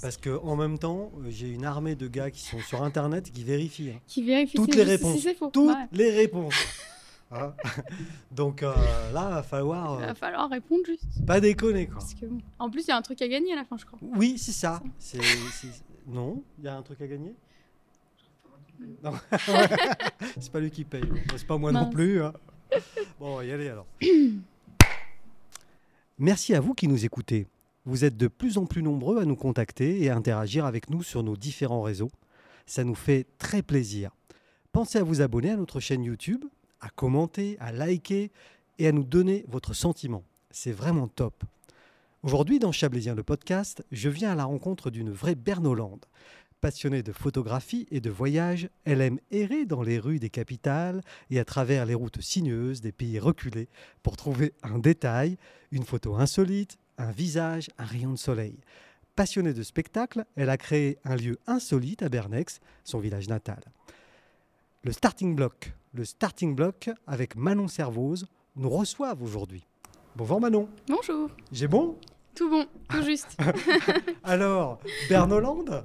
Parce qu'en même temps, j'ai une armée de gars qui sont sur Internet qui vérifient. Qui vérifient toutes les réponses. si c'est faux. Toutes Ouais. les réponses. Hein. Donc là, il va falloir Il va falloir répondre juste. pas déconner, quoi. Parce que, bon. En plus, il y a un truc à gagner à la fin, je crois. Oui, c'est ça. Non, il y a un truc à gagner. Non. C'est pas lui qui paye. C'est pas moi non Mince. plus. Hein. Bon, on va y aller alors. Merci à vous qui nous écoutez. Vous êtes de plus en plus nombreux à nous contacter et à interagir avec nous sur nos différents réseaux. Ça nous fait très plaisir. Pensez à vous abonner à notre chaîne YouTube, à commenter, à liker et à nous donner votre sentiment. C'est vraiment top. Aujourd'hui, dans Chablaisien le podcast, je viens à la rencontre d'une vraie Bernolande. Passionnée de photographie et de voyage, elle aime errer dans les rues des capitales et à travers les routes sinueuses des pays reculés pour trouver un détail, une photo insolite, un visage, un rayon de soleil. Passionnée de spectacle, elle a créé un lieu insolite à Bernex, son village natal. Le Starting Block avec Manon Servoz nous reçoivent aujourd'hui. Bonjour Manon. Bonjour. J'ai bon ? Tout bon, tout juste. Alors, Bernolande ?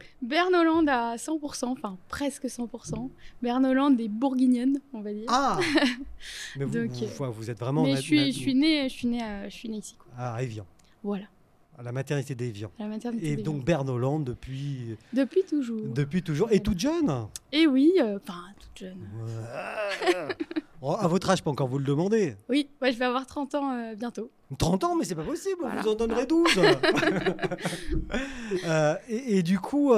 Bernolande à 100%, enfin presque 100%. Bernolande est bourguignonne, on va dire. Ah. Mais Donc, vous êtes vraiment... Mais je suis née ici, quoi. à Évian, Voilà, à la maternité d'Évian. à la maternité. Et des donc gens. Bernolande depuis toujours. Et toute jeune ? Et oui, enfin, toute jeune. Oh, à votre âge, pas encore vous le demandez. Oui, ouais, je vais avoir 30 ans bientôt. 30 ans, mais c'est pas possible, Voilà. vous en donnerez 12. Et du coup,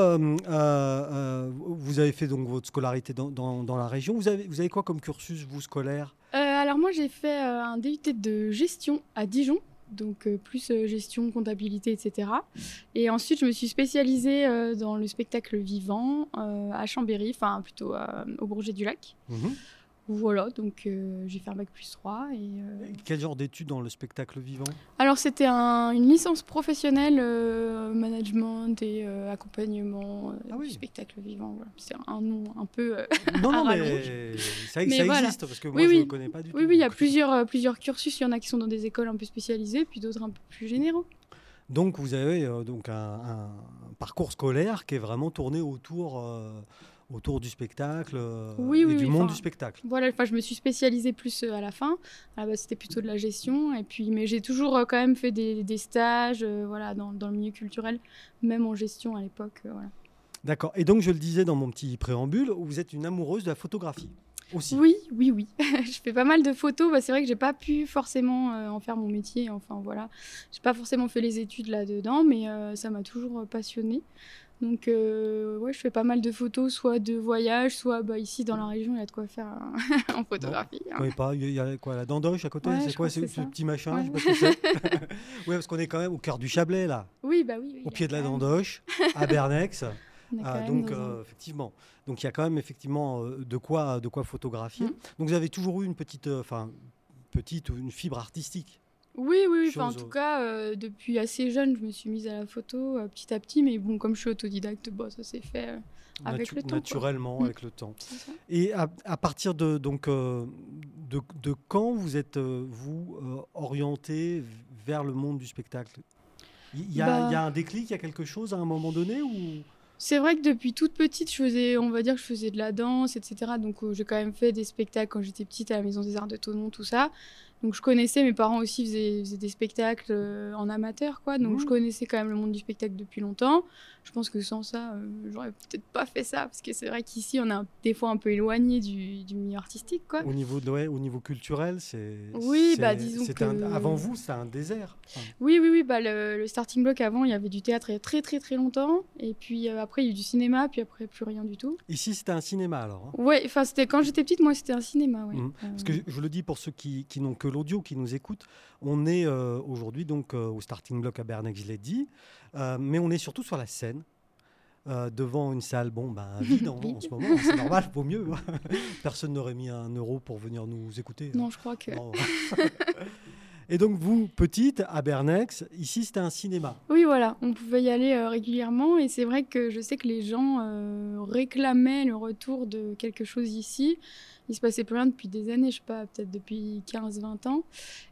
vous avez fait donc votre scolarité dans la région. Vous avez quoi comme cursus, vous, scolaire ? Alors moi, j'ai fait un DUT de gestion à Dijon. Donc plus gestion, comptabilité, etc. Et ensuite, je me suis spécialisée dans le spectacle vivant à Chambéry, enfin plutôt au Bourget-du-Lac. Voilà, donc j'ai fait un bac plus 3. Et quel genre d'études dans le spectacle vivant ? Alors c'était une licence professionnelle, management et accompagnement du spectacle vivant. Voilà. C'est un nom un peu non, à mais rallonge. ça voilà. existe, parce que moi, Oui, je oui. ne connais pas du tout. Oui, il y a plusieurs cursus. Il y en a qui sont dans des écoles un peu spécialisées, puis d'autres un peu plus généraux. Donc vous avez donc un parcours scolaire qui est vraiment tourné autour du spectacle du monde du spectacle. Voilà, je me suis spécialisée plus à la fin. À la base, c'était plutôt de la gestion. Et puis, mais j'ai toujours quand même fait des stages voilà, dans le milieu culturel, même en gestion à l'époque. Voilà. D'accord. Et donc, je le disais dans mon petit préambule, vous êtes une amoureuse de la photographie aussi. Oui. Je fais pas mal de photos. C'est vrai que j'ai pas pu forcément en faire mon métier. Enfin, voilà. J'ai pas forcément fait les études là-dedans, mais ça m'a toujours passionnée. Donc, je fais pas mal de photos, soit de voyage, soit ici dans la région, il y a de quoi faire en photographie. Je connais pas. Il y a quoi, la Dandoche à côté ? Ouais, c'est quoi ce ça. petit machin ? Ouais. Je sais pas ce que c'est. Oui, parce qu'on est quand même au cœur du Chablais, là. Oui. Au pied de la Dandoche, à Bernex. Donc, effectivement. Donc, il y a quand même effectivement de quoi photographier. Donc, vous avez toujours eu une petite ou une fibre artistique. Oui. Enfin, en tout cas, depuis assez jeune, je me suis mise à la photo petit à petit. Mais bon, comme je suis autodidacte, ça s'est fait avec le temps. Naturellement, avec le temps. Et à partir de quand vous êtes, orienté vers le monde du spectacle ? Il y a un déclic, il y a quelque chose à un moment donné ou... C'est vrai que depuis toute petite, je faisais de la danse, etc. Donc j'ai quand même fait des spectacles quand j'étais petite à la Maison des Arts de Thonon, tout ça. Donc je connaissais, mes parents aussi faisaient des spectacles en amateur, quoi. Donc je connaissais quand même le monde du spectacle depuis longtemps. Je pense que sans ça, j'aurais peut-être pas fait ça, parce que c'est vrai qu'ici, on est des fois un peu éloigné du milieu artistique, quoi. Au niveau culturel, disons que... avant vous, c'était un désert. Enfin... Oui, le Starting Block, avant, il y avait du théâtre il y a très, très, très longtemps. Et puis après, il y a eu du cinéma, puis après, plus rien du tout. Ici, c'était un cinéma, alors, hein. Oui, enfin, quand j'étais petite, moi, c'était un cinéma, ouais. Parce que je le dis pour ceux qui n'ont que l'audio, qui nous écoutent, on est aujourd'hui donc au Starting Block à Bernex, je l'ai dit, mais on est surtout sur la scène, devant une salle vide en ce moment, c'est normal, vaut mieux. Personne n'aurait mis 1 euro pour venir nous écouter. Non, je crois que... Non. Et donc, vous, petite, à Bernex, ici, c'était un cinéma. Oui, voilà, on pouvait y aller régulièrement et c'est vrai que je sais que les gens réclamaient le retour de quelque chose ici. Il se passait plus rien depuis des années, je sais pas, peut-être depuis 15-20 ans.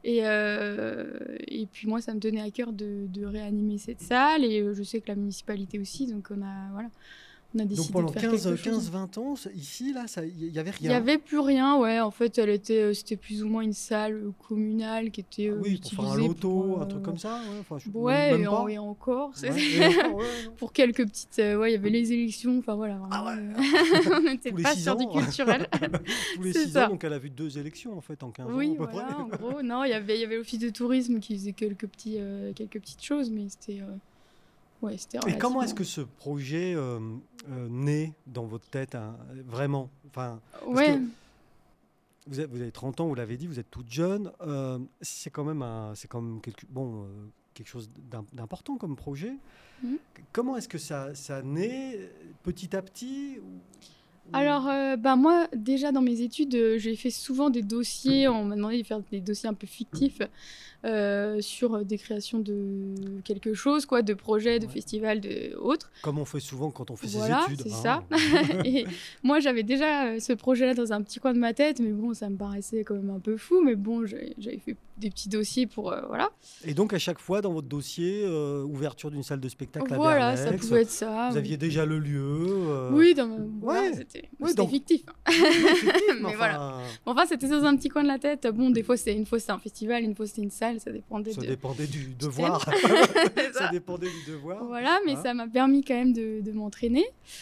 Et puis moi, ça me tenait à cœur de réanimer cette salle et je sais que la municipalité aussi, donc on a décidé Donc, pendant de faire quelque chose. 15-20 ans, ici, là, il n'y avait Il rien. n'y avait plus rien, ouais. En fait, c'était plus ou moins une salle communale qui était Oui, pour faire un utilisée loto, pour, un truc comme ça. Ouais, enfin, ouais, même et, pas. et encore. Ouais, et encore, ouais, non. Pour quelques petites. Ouais, il y avait les élections, enfin voilà. Vraiment, Ah ouais. on n'était Tous les pas 6 sur ans. du culturel. Tous les C'est 6 ça. ans, donc elle a vu 2 élections en fait en 15 ans Oui, à peu voilà, près. en gros. Non, il y avait l'office de tourisme qui faisait quelques petites choses, mais c'était. Ouais, c'était Et comment est-ce relativement- que ce projet naît dans votre tête, hein, vraiment enfin, parce Ouais. que vous avez 30 ans, vous l'avez dit, vous êtes toute jeune. C'est quand même, quelque chose d'important comme projet. Mhm. Comment est-ce que ça naît petit à petit Alors, moi, déjà dans mes études, j'ai fait souvent des dossiers. On m'a demandé de faire des dossiers un peu fictifs sur des créations de quelque chose, quoi, de projets, de Ouais. festivals, de autres. Comme on fait souvent quand on fait Voilà, ses études. c'est hein. ça. Et moi, j'avais déjà ce projet-là dans un petit coin de ma tête, mais bon, ça me paraissait quand même un peu fou. Mais bon, j'avais fait des petits dossiers pour, voilà. Et donc à chaque fois dans votre dossier, ouverture d'une salle de spectacle Voilà, à ça Bernex, pouvait être ça. vous aviez déjà le lieu. Oui, Ouais. c'était Ouais, donc- fictif. mais Mais voilà. Enfin, c'était dans un petit coin de la tête. Bon, des fois, une fois c'était un festival, une fois c'était une salle, ça dépendait Ça de... dépendait du devoir. C'est Ça ça. dépendait du devoir. Voilà, mais Hein. ça m'a permis quand même de m'entraîner.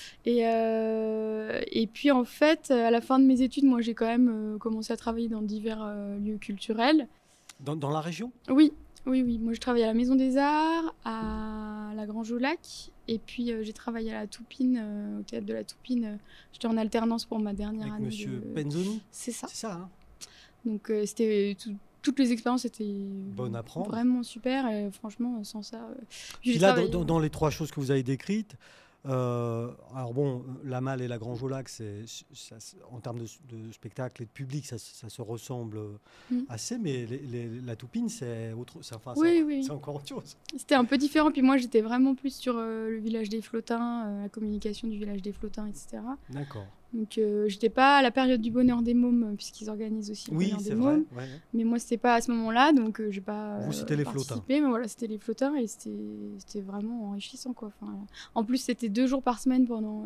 Et puis, en fait, à la fin de mes études, moi, j'ai quand même commencé à travailler dans divers lieux culturels. Dans la région? Oui. Moi, je travaillais à la Maison des Arts, à la Grange au Lac. Et puis, j'ai travaillé à la Toupine, au théâtre de la Toupine. J'étais en alternance pour ma dernière Avec année. Monsieur Penzoni? C'est ça. C'est ça, hein? Donc, toutes les expériences étaient Bonne à prendre. vraiment super. Et franchement, sans ça, Puis j'ai là, travaillé. dans les 3 choses que vous avez décrites, alors bon, la Malle et la Grange au Lac, en termes de spectacle et de public, ça se ressemble assez, mais la Toupine, c'est Oui. c'est encore autre chose. C'était un peu différent. Puis moi, j'étais vraiment plus sur le village des Flottins, la communication du village des Flottins, etc. D'accord. Donc, j'étais pas à la période du bonheur des mômes, puisqu'ils organisent aussi le Oui, bonheur c'est des vrai. mômes. Ouais. Mais moi, c'était pas à ce moment-là, donc j'ai pas Vous, c'était les participé. Mais voilà, c'était les Flottins et c'était vraiment enrichissant, quoi. Enfin, en plus, c'était 2 jours par semaine pendant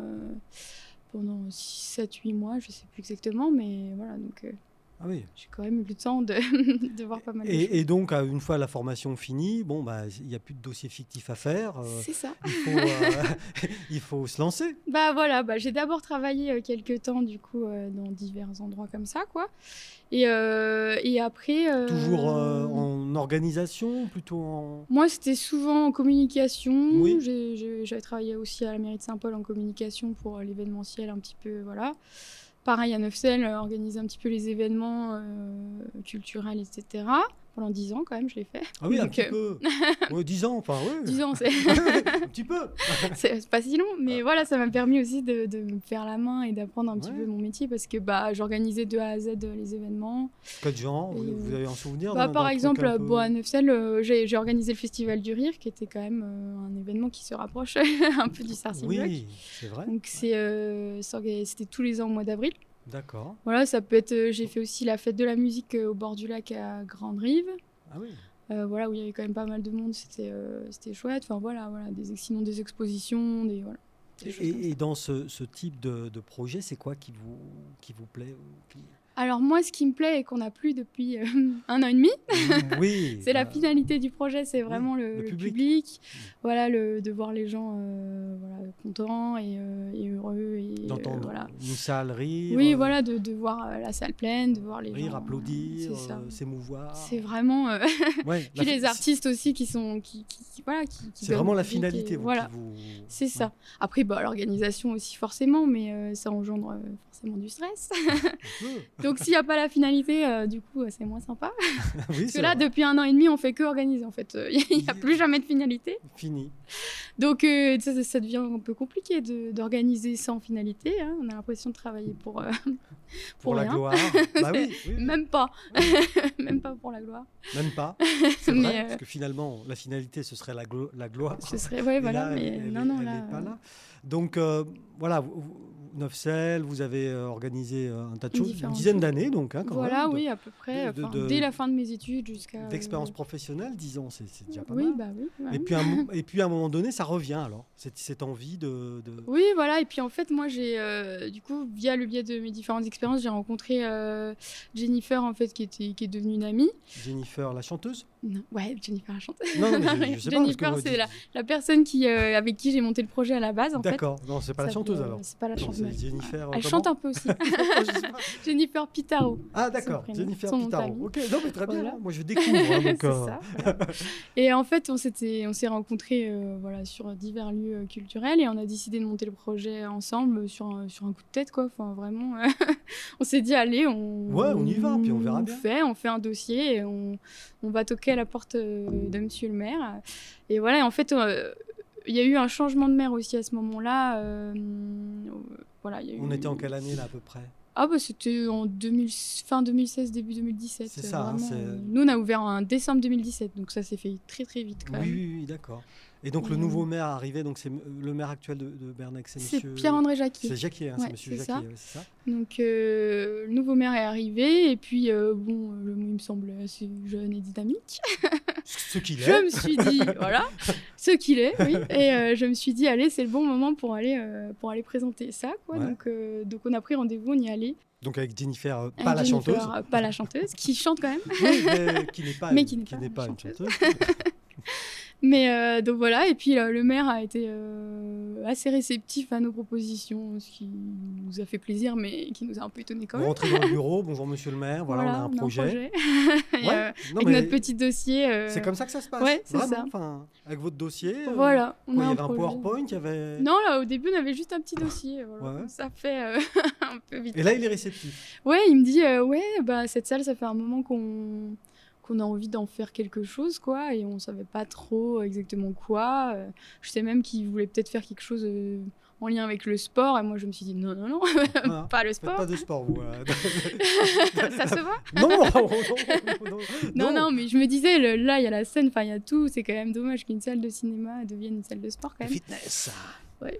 7-8 mois, je sais plus exactement, mais voilà, donc Ah oui. j'ai quand même eu le temps de voir pas mal de choses. Et donc, une fois la formation finie, bon, il n'y a plus de dossier fictif à faire. C'est ça. Il faut se lancer. Voilà, j'ai d'abord travaillé quelques temps du coup dans divers endroits comme ça, quoi. Et après. Toujours en organisation, plutôt en... Moi, c'était souvent en communication. Oui. J'avais travaillé aussi à la mairie de Saint-Paul en communication pour l'événementiel un petit peu, voilà. Pareil à Neufchâtel, organiser un petit peu les événements culturels, etc. Pendant 10 ans, quand même, je l'ai fait. Ah oui, un Donc, petit peu. Ouais, 10 ans, enfin, oui. 10 ans, c'est Un petit peu. c'est pas si long. Mais voilà, ça m'a permis aussi de me faire la main et d'apprendre un petit peu mon métier parce que j'organisais de A à Z les événements. Quel genre? Et, Vous avez un souvenir par exemple, un peu... à Neufchâtel, j'ai organisé le Festival du Rire, qui était quand même un événement qui se rapproche un peu du Starting Block. Oui, c'est vrai. Donc, c'était tous les ans au mois d'avril. D'accord. Voilà, ça peut être. J'ai fait aussi la fête de la musique au bord du lac à Grande-Rive. Ah oui. Voilà, où il y avait quand même pas mal de monde, c'était chouette. Enfin voilà, sinon des expositions, des voilà. Des choses comme ça. Et dans ce type de projet, c'est quoi qui vous plaît Alors moi, ce qui me plaît et qu'on n'a plus depuis 1 an et demi, Oui. c'est la finalité du projet, c'est vraiment le le public. public. Voilà, de voir les gens contents et heureux et D'entendre voilà. une salle rire. Oui, voilà, de voir la salle pleine, de voir les Rire, gens applaudir, c'est ça. s'émouvoir. C'est vraiment. Ouais, Puis les artistes aussi qui sont voilà qui C'est vraiment la donnent public finalité et vous, voilà. qui vous. C'est ça. Après, l'organisation aussi forcément, mais ça engendre forcément du stress. Donc s'il n'y a pas la finalité, du coup, c'est moins sympa. Oui, Parce que là, depuis 1 an et demi, on fait que organiser en fait. Il n'y a plus jamais de finalité. Fini. Donc ça devient un peu compliqué d'organiser sans finalité. Hein. On a l'impression de travailler pour la rien. gloire. Bah oui. Même pas. Même pas pour la gloire. Même pas. C'est vrai, parce que finalement, la finalité, ce serait la gloire. Ce serait, ouais, voilà, là, mais elle non, n'est pas là. Donc, voilà, Neufsel, vous avez organisé un tas de choses, une dizaine d'années, donc, hein, quand voilà, même. Oui, à peu près. Dès la fin de mes études jusqu'à... D'expérience professionnelle, 10 ans, c'est déjà pas mal. Oui. Ouais. Et puis, à un moment donné, ça revient, alors, cette envie de... Oui, voilà. Et puis, en fait, moi, j'ai, du coup, via le biais de mes différentes expériences, j'ai rencontré Jennifer, en fait, qui est devenue une amie. Jennifer, la chanteuse? Non, ouais, Jennifer, la chanteuse. Non, mais je sais Jennifer, c'est la personne avec qui j'ai monté le projet à la base, en fait. D'accord. Non, c'est pas la chanteuse, alors. C'est pas la chanteuse. Jennifer, elle chante un peu aussi. Jennifer Pitaro. Ah, d'accord. Jennifer Pitaro. Ok, non, mais très bien. Moi, je découvre. Donc, c'est ça. Et en fait, on s'est rencontrés sur divers lieux culturels et on a décidé de monter le projet ensemble sur un coup de tête, quoi. Enfin, vraiment, on s'est dit, allez, on y va, puis on verra bien. On fait un dossier et on va toquer à la porte de monsieur le maire. Et voilà, en fait, il y a eu un changement de maire aussi à ce moment-là. On était en quelle année, là, à peu près? C'était en fin 2016, début 2017. C'est ça. Nous, on a ouvert en décembre 2017, donc ça s'est fait très très vite quand même. Oui, d'accord. Et donc le nouveau maire arrivait, donc c'est le maire actuel de Bernex, c'est Pierre-André Jacquier. C'est Jacquier, hein, c'est monsieur Jacquier, c'est ça. Donc le nouveau maire est arrivé, et puis il me semble assez jeune et dynamique. Ce qu'il est. Je me suis dit, voilà, ce qu'il est, oui. Et je me suis dit, allez, c'est le bon moment pour aller présenter ça, quoi. Ouais. Donc on a pris rendez-vous, on y est allé. Donc avec Jennifer, pas la chanteuse. Pas la chanteuse, qui chante quand même. Oui, mais qui n'est pas une chanteuse. Mais donc voilà, et puis le maire a été assez réceptif à nos propositions, ce qui nous a fait plaisir, mais qui nous a un peu étonnés quand même. Vous rentrez dans le bureau, bonjour monsieur le maire, voilà on a un projet. Avec notre petit dossier. C'est comme ça que ça se passe. Ouais, c'est vraiment, ça. Enfin, avec votre dossier. Voilà, il y avait un PowerPoint, il y avait. Non, là au début on avait juste un petit dossier. Voilà. Ça fait un peu vite. Et là il est réceptif. Ouais, il me dit cette salle, ça fait un moment qu'on a envie d'en faire quelque chose, quoi, et on savait pas trop exactement quoi. Je sais même qu'il voulait peut-être faire quelque chose en lien avec le sport, et moi je me suis dit non, pas le sport. Pas de sport, vous. Ça se voit? Non, mais je me disais, là il y a la scène, enfin il y a tout, c'est quand même dommage qu'une salle de cinéma devienne une salle de sport quand même. Fitness. Ouais.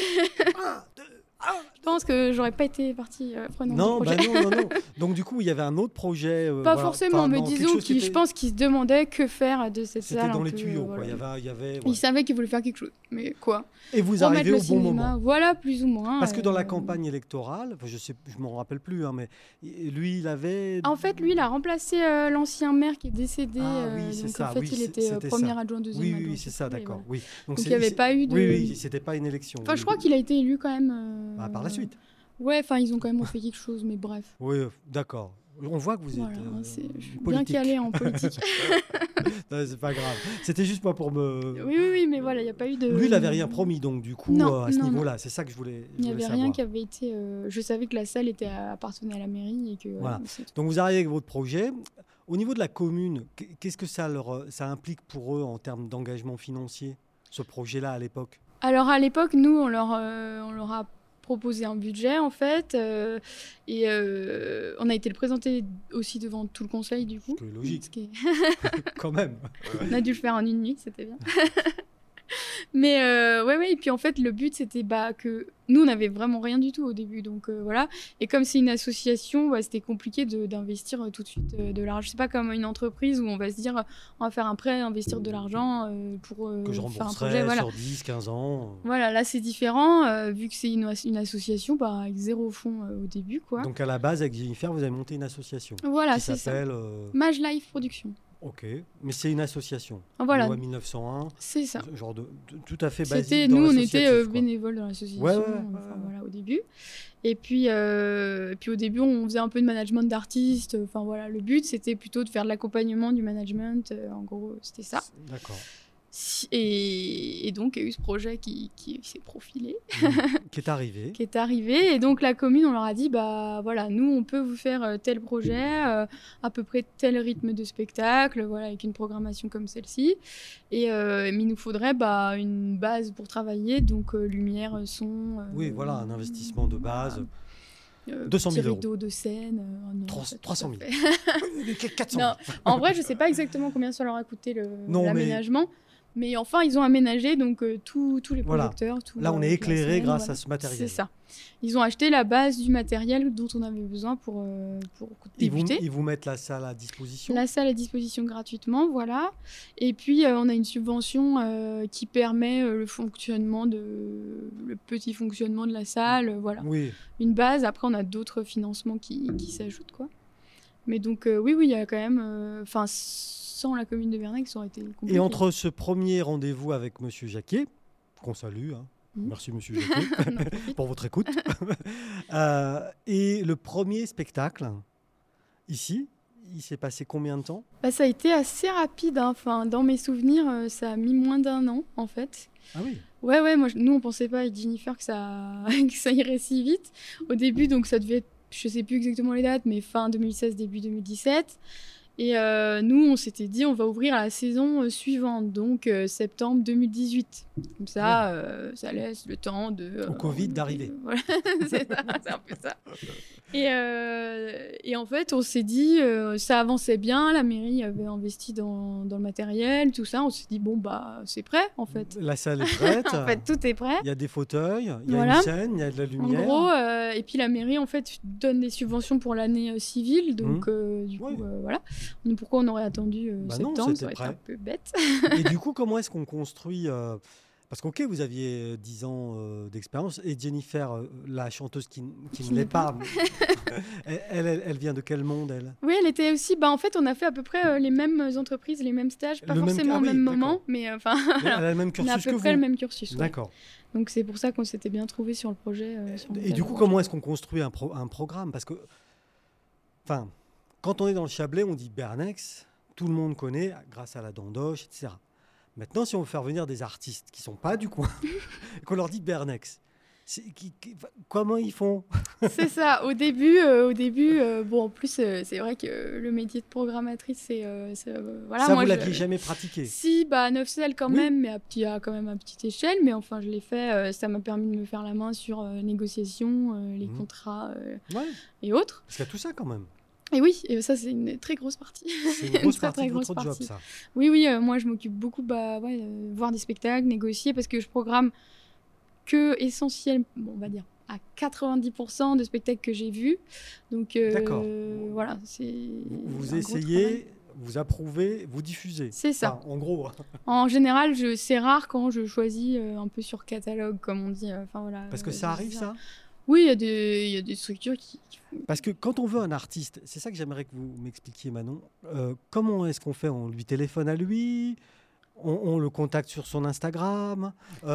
Je pense que j'aurais pas été partie prenante non, du projet. Non. Donc du coup, il y avait un autre projet. Pas forcément, mais disons je pense qu'il se demandait que faire de cette salle. C'était dans les tuyaux, quoi. Il savait qu'il voulait faire quelque chose, mais quoi? Et vous arrivez au bon moment. Voilà, plus ou moins. Parce que dans la campagne électorale, je m'en rappelle plus, hein, mais lui, il avait. En fait, lui, il a remplacé l'ancien maire qui est décédé. C'est donc ça. en fait, il était premier adjoint, deuxième adjoint. Oui, c'est ça, d'accord. Voilà. Oui. Donc il n'y avait pas eu de. Oui, c'était pas une élection. Enfin, je crois qu'il a été élu quand même. Par la suite. Ouais, enfin, ils ont quand même fait quelque chose, mais bref. Oui, d'accord. On voit que vous êtes je suis bien calée en politique. Non, c'est pas grave. C'était juste pas pour me... Oui, mais voilà, il n'y a pas eu de... Lui, il n'avait rien promis, donc du coup, à ce niveau-là, c'est ça que je voulais Il n'y avait savoir. rien qui avait été... Je savais que la salle appartenait à la mairie et que... Voilà. Donc vous arrivez avec votre projet. Au niveau de la commune, qu'est-ce que ça implique pour eux en termes d'engagement financier, ce projet-là, à l'époque? Alors, à l'époque, nous, on leur a proposé un budget en fait et on a été le présenter aussi devant tout le conseil du coup. C'est logique. Quand même. On a dû le faire en une nuit, c'était bien. Mais ouais, et puis en fait le but c'était que nous on n'avait vraiment rien du tout au début, donc voilà, et comme c'est une association, c'était compliqué d'investir tout de suite de l'argent. C'est pas comme une entreprise où on va se dire on va faire un prêt, investir de l'argent pour que je faire un projet, voilà. Sur 10-15 ans. Voilà, là c'est différent vu que c'est une association avec zéro fonds au début, quoi. Donc à la base avec Jennifer vous avez monté une association. Voilà, qui c'est s'appelle Mage Life Production. Ok, mais c'est une association. Voilà. Loi 1901. C'est ça. Genre tout à fait basique. Nous, on était bénévoles dans l'association. Ouais. Voilà, au début. Et puis au début, on faisait un peu de management d'artistes. Enfin voilà, le but c'était plutôt de faire de l'accompagnement, du management. En gros, c'était ça. D'accord. Et donc, il y a eu ce projet qui s'est profilé. Qui est arrivé. Qui est arrivé. Et donc, la commune, on leur a dit, bah voilà, nous, on peut vous faire tel projet, à peu près tel rythme de spectacle, voilà, avec une programmation comme celle-ci. Mais il nous faudrait une base pour travailler, donc lumière, son. Oui, voilà, un investissement de base. Voilà. 200 000 petit euros. rideau de scène. Non, 300 000. 400 000. Non, en vrai, je sais pas exactement combien ça leur a coûté Non, l'aménagement. Mais enfin, ils ont aménagé donc tous les Voilà. projecteurs. Là, on est éclairé grâce voilà. à ce matériel. C'est ça. Ils ont acheté la base du matériel dont on avait besoin pour débuter. Ils vous mettent la salle à disposition. La salle à disposition gratuitement, voilà. Et puis, on a une subvention qui permet le petit fonctionnement de la salle, voilà. Oui. Une base. Après, on a d'autres financements qui s'ajoutent, quoi. Mais donc, oui, il y a quand même... sans la commune de Bernex, ça aurait été compliqué. Et entre ce premier rendez-vous avec Monsieur Jacquet, qu'on salue, hein. Merci Monsieur Jacquet pour votre écoute, et le premier spectacle, ici, il s'est passé combien de temps ? Ça a été assez rapide, hein. Enfin, dans mes souvenirs, ça a mis moins d'1 an, en fait. Ah oui. Ouais, nous, on pensait pas avec Jennifer que ça irait si vite. Au début, donc ça devait être, je sais plus exactement les dates, mais fin 2016, début 2017. Et nous, on s'était dit, on va ouvrir à la saison suivante, donc septembre 2018. Comme ça, ça laisse le temps au Covid d'arriver. Voilà, c'est un peu ça. Et en fait, on s'est dit, ça avançait bien, la mairie avait investi dans le matériel, tout ça. On s'est dit, bon, c'est prêt, en fait. La salle est prête. En fait, tout est prêt. Il y a des fauteuils, il y a une scène, il y a de la lumière. En gros, et puis la mairie, en fait, donne des subventions pour l'année civile, donc du coup, voilà. Donc, pourquoi on aurait attendu septembre, non, ça aurait été un peu bête. Et du coup, comment est-ce qu'on construit parce que, vous aviez 10 ans d'expérience, et Jennifer, la chanteuse qui ne l'est pas, elle vient de quel monde, elle ? Oui, elle était aussi... en fait, on a fait à peu près les mêmes entreprises, les mêmes stages, pas forcément au même moment, mais enfin... Elle a le même cursus on a à peu que près vous. le même cursus. Ouais. D'accord. Donc, c'est pour ça qu'on s'était bien trouvés sur le projet. Et du coup, comment est-ce qu'on construit un programme ? Parce que, quand on est dans le Chablais, on dit Bernex, tout le monde connaît grâce à la Dandoche, etc. Maintenant, si on veut faire venir des artistes qui ne sont pas du coin, qu'on leur dit Bernex, comment ils font ? C'est ça. Au début, en plus, c'est vrai que le métier de programmatrice, voilà. Ça, moi, vous ne l'aviez jamais pratiqué ? Si, 9 salles quand même, mais quand même à petite échelle. Mais enfin, je l'ai fait. Ça m'a permis de me faire la main sur négociations, les contrats et autres. Parce qu'il y a tout ça quand même. Et oui, et ça, c'est une très grosse partie. C'est une grosse partie de votre job, ça. Oui, moi, je m'occupe beaucoup de voir des spectacles, négocier, parce que je programme que essentiellement, on va dire, à 90% de spectacles que j'ai vus. Donc, voilà, c'est... Vous essayez, vous approuvez, vous diffusez. C'est ça. En gros. En général, c'est rare quand je choisis un peu sur catalogue, comme on dit. Voilà, parce que ça arrive, ça ? Oui, il y a des structures qui... Parce que quand on veut un artiste, c'est ça que j'aimerais que vous m'expliquiez, Manon, comment est-ce qu'on fait ? On lui téléphone à lui ? On le contacte sur son Instagram ?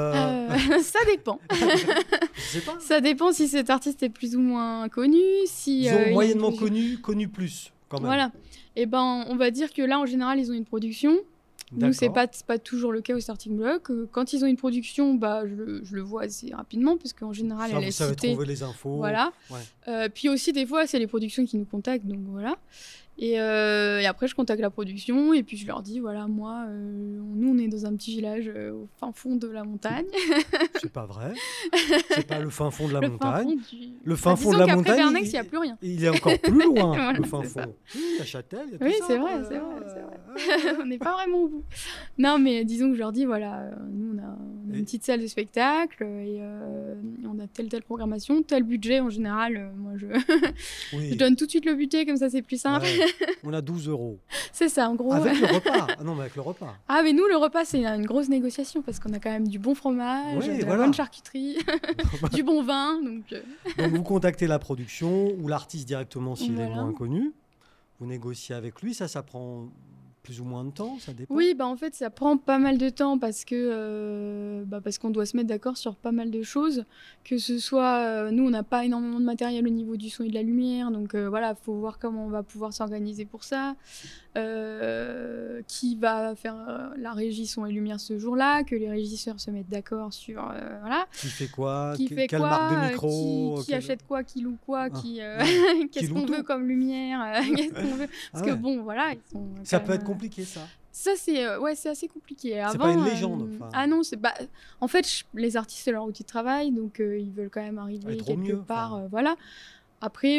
Ça dépend. Je sais pas. Ça dépend si cet artiste est plus ou moins connu. Si, ils ont moyennement connu plus, quand même. Voilà. Et on va dire que là, en général, ils ont une production. Nous, c'est pas toujours le cas au Starting Block. Quand ils ont une production, je le vois assez rapidement, parce qu'en général, elle est citée. Vous savez trouver les infos. Voilà. Ouais. Puis aussi, des fois, c'est les productions qui nous contactent, donc voilà. Et après, je contacte la production, et puis je leur dis, voilà, moi, nous, on est dans un petit village au fin fond de la montagne. C'est pas vrai. C'est pas le fin fond de la montagne. Le fin fond de la montagne, Bernex, il n'y a plus rien. Il est encore plus loin, voilà, le fin fond. Ça. Oui, il y a Châtel, il y a tout oui, ça. Oui, c'est vrai. On n'est pas vraiment au bout. Non, mais disons que je leur dis, voilà, nous, on a une petite salle de spectacle, et on a telle programmation, tel budget, en général. Moi, je donne tout de suite le budget, comme ça, c'est plus simple. Ouais. On a 12 €. C'est ça, en gros. Avec le repas. Ah non, mais avec le repas. Ah, mais nous, le repas, c'est une grosse négociation, parce qu'on a quand même du bon fromage, de la bonne charcuterie, du bon vin. Donc, vous contactez la production ou l'artiste directement s'il est moins connu. Vous négociez avec lui. Ça prend plus ou moins de temps, ça dépend. Oui, en fait, ça prend pas mal de temps parce qu'on doit se mettre d'accord sur pas mal de choses. Que ce soit, nous, on n'a pas énormément de matériel au niveau du son et de la lumière, donc voilà, faut voir comment on va pouvoir s'organiser pour ça. Qui va faire la régie son et lumière ce jour-là, que les régisseurs se mettent d'accord sur voilà. Qui fait quoi, Quelle marque de micro, qui achète quoi, qui loue quoi, qu'est-ce qu'on loue veut comme lumière, qu'est-ce qu'on veut. Parce que bon, voilà, ils sont. Ça peut être compliqué, ça. Ça, c'est assez compliqué. C'est pas une légende. Ah non, en fait, les artistes, c'est leur outil de travail, donc ils veulent quand même arriver quelque part. Voilà. Après,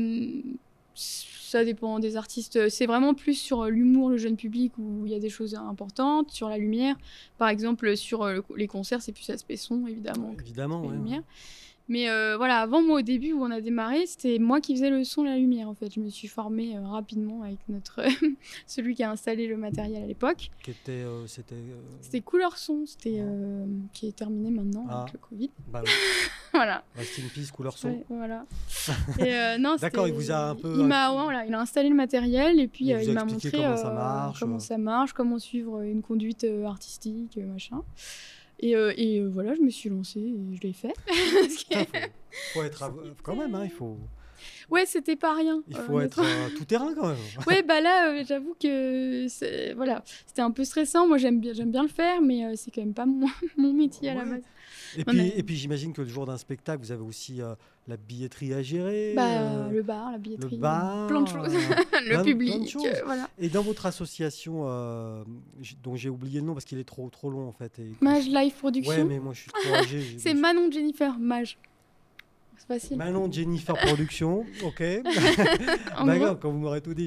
ça dépend des artistes. C'est vraiment plus sur l'humour, le jeune public, où il y a des choses importantes. Sur la lumière, par exemple, sur les concerts, c'est plus aspect son, évidemment. Évidemment, oui. Lumière. Mais voilà, avant, moi, au début où on a démarré, c'était moi qui faisais le son et la lumière, en fait. Je me suis formée rapidement avec celui qui a installé le matériel à l'époque. C'était Couleur Son, qui est terminé maintenant avec le Covid. Bah oui. Voilà. Rest in peace, Couleur Son. Ouais, voilà. Et, non, d'accord, il vous a un peu... Il a installé le matériel et puis il m'a montré comment ça marche, comment suivre une conduite artistique, machin. Et voilà, je me suis lancée et je l'ai fait. faut être quand même, il faut... Ouais, c'était pas rien. Il faut être tout terrain quand même. Ouais, là, j'avoue que c'était un peu stressant. Moi, j'aime bien le faire, mais c'est quand même pas mon métier à la base. Et puis j'imagine que le jour d'un spectacle, vous avez aussi la billetterie à gérer. Le bar, la billetterie, plein de choses. Le public, voilà. Et dans votre association, dont j'ai oublié le nom parce qu'il est trop long en fait. Mage Live Production. Ouais, mais moi je suis trop âgé. C'est Manon Jennifer Mage. C'est facile. Manon Jennifer Production, ok. D'accord, quand vous m'aurez tout dit.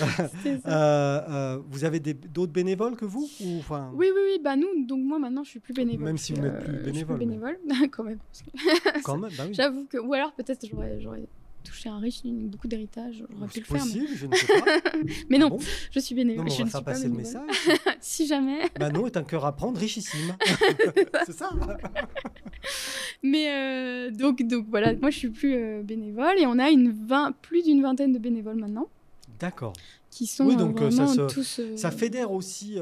Vous avez d'autres bénévoles que vous ou, enfin... Oui, nous, donc moi maintenant je suis plus bénévole. Même si vous n'êtes plus bénévole. Je suis plus bénévole, quand même. Quand même, bah oui. J'avoue que, ou alors peut-être j'aurais touché un riche, beaucoup d'héritage, j'aurais pu le faire. C'est possible, je ne sais pas. Mais non, je suis bénévole. Non, on va faire passer le message. Si jamais. Manon est un cœur à prendre richissime. C'est ça. Mais donc voilà, moi je suis plus bénévole et on a plus d'une vingtaine de bénévoles maintenant. D'accord. Qui sont vraiment tous. Ça fédère aussi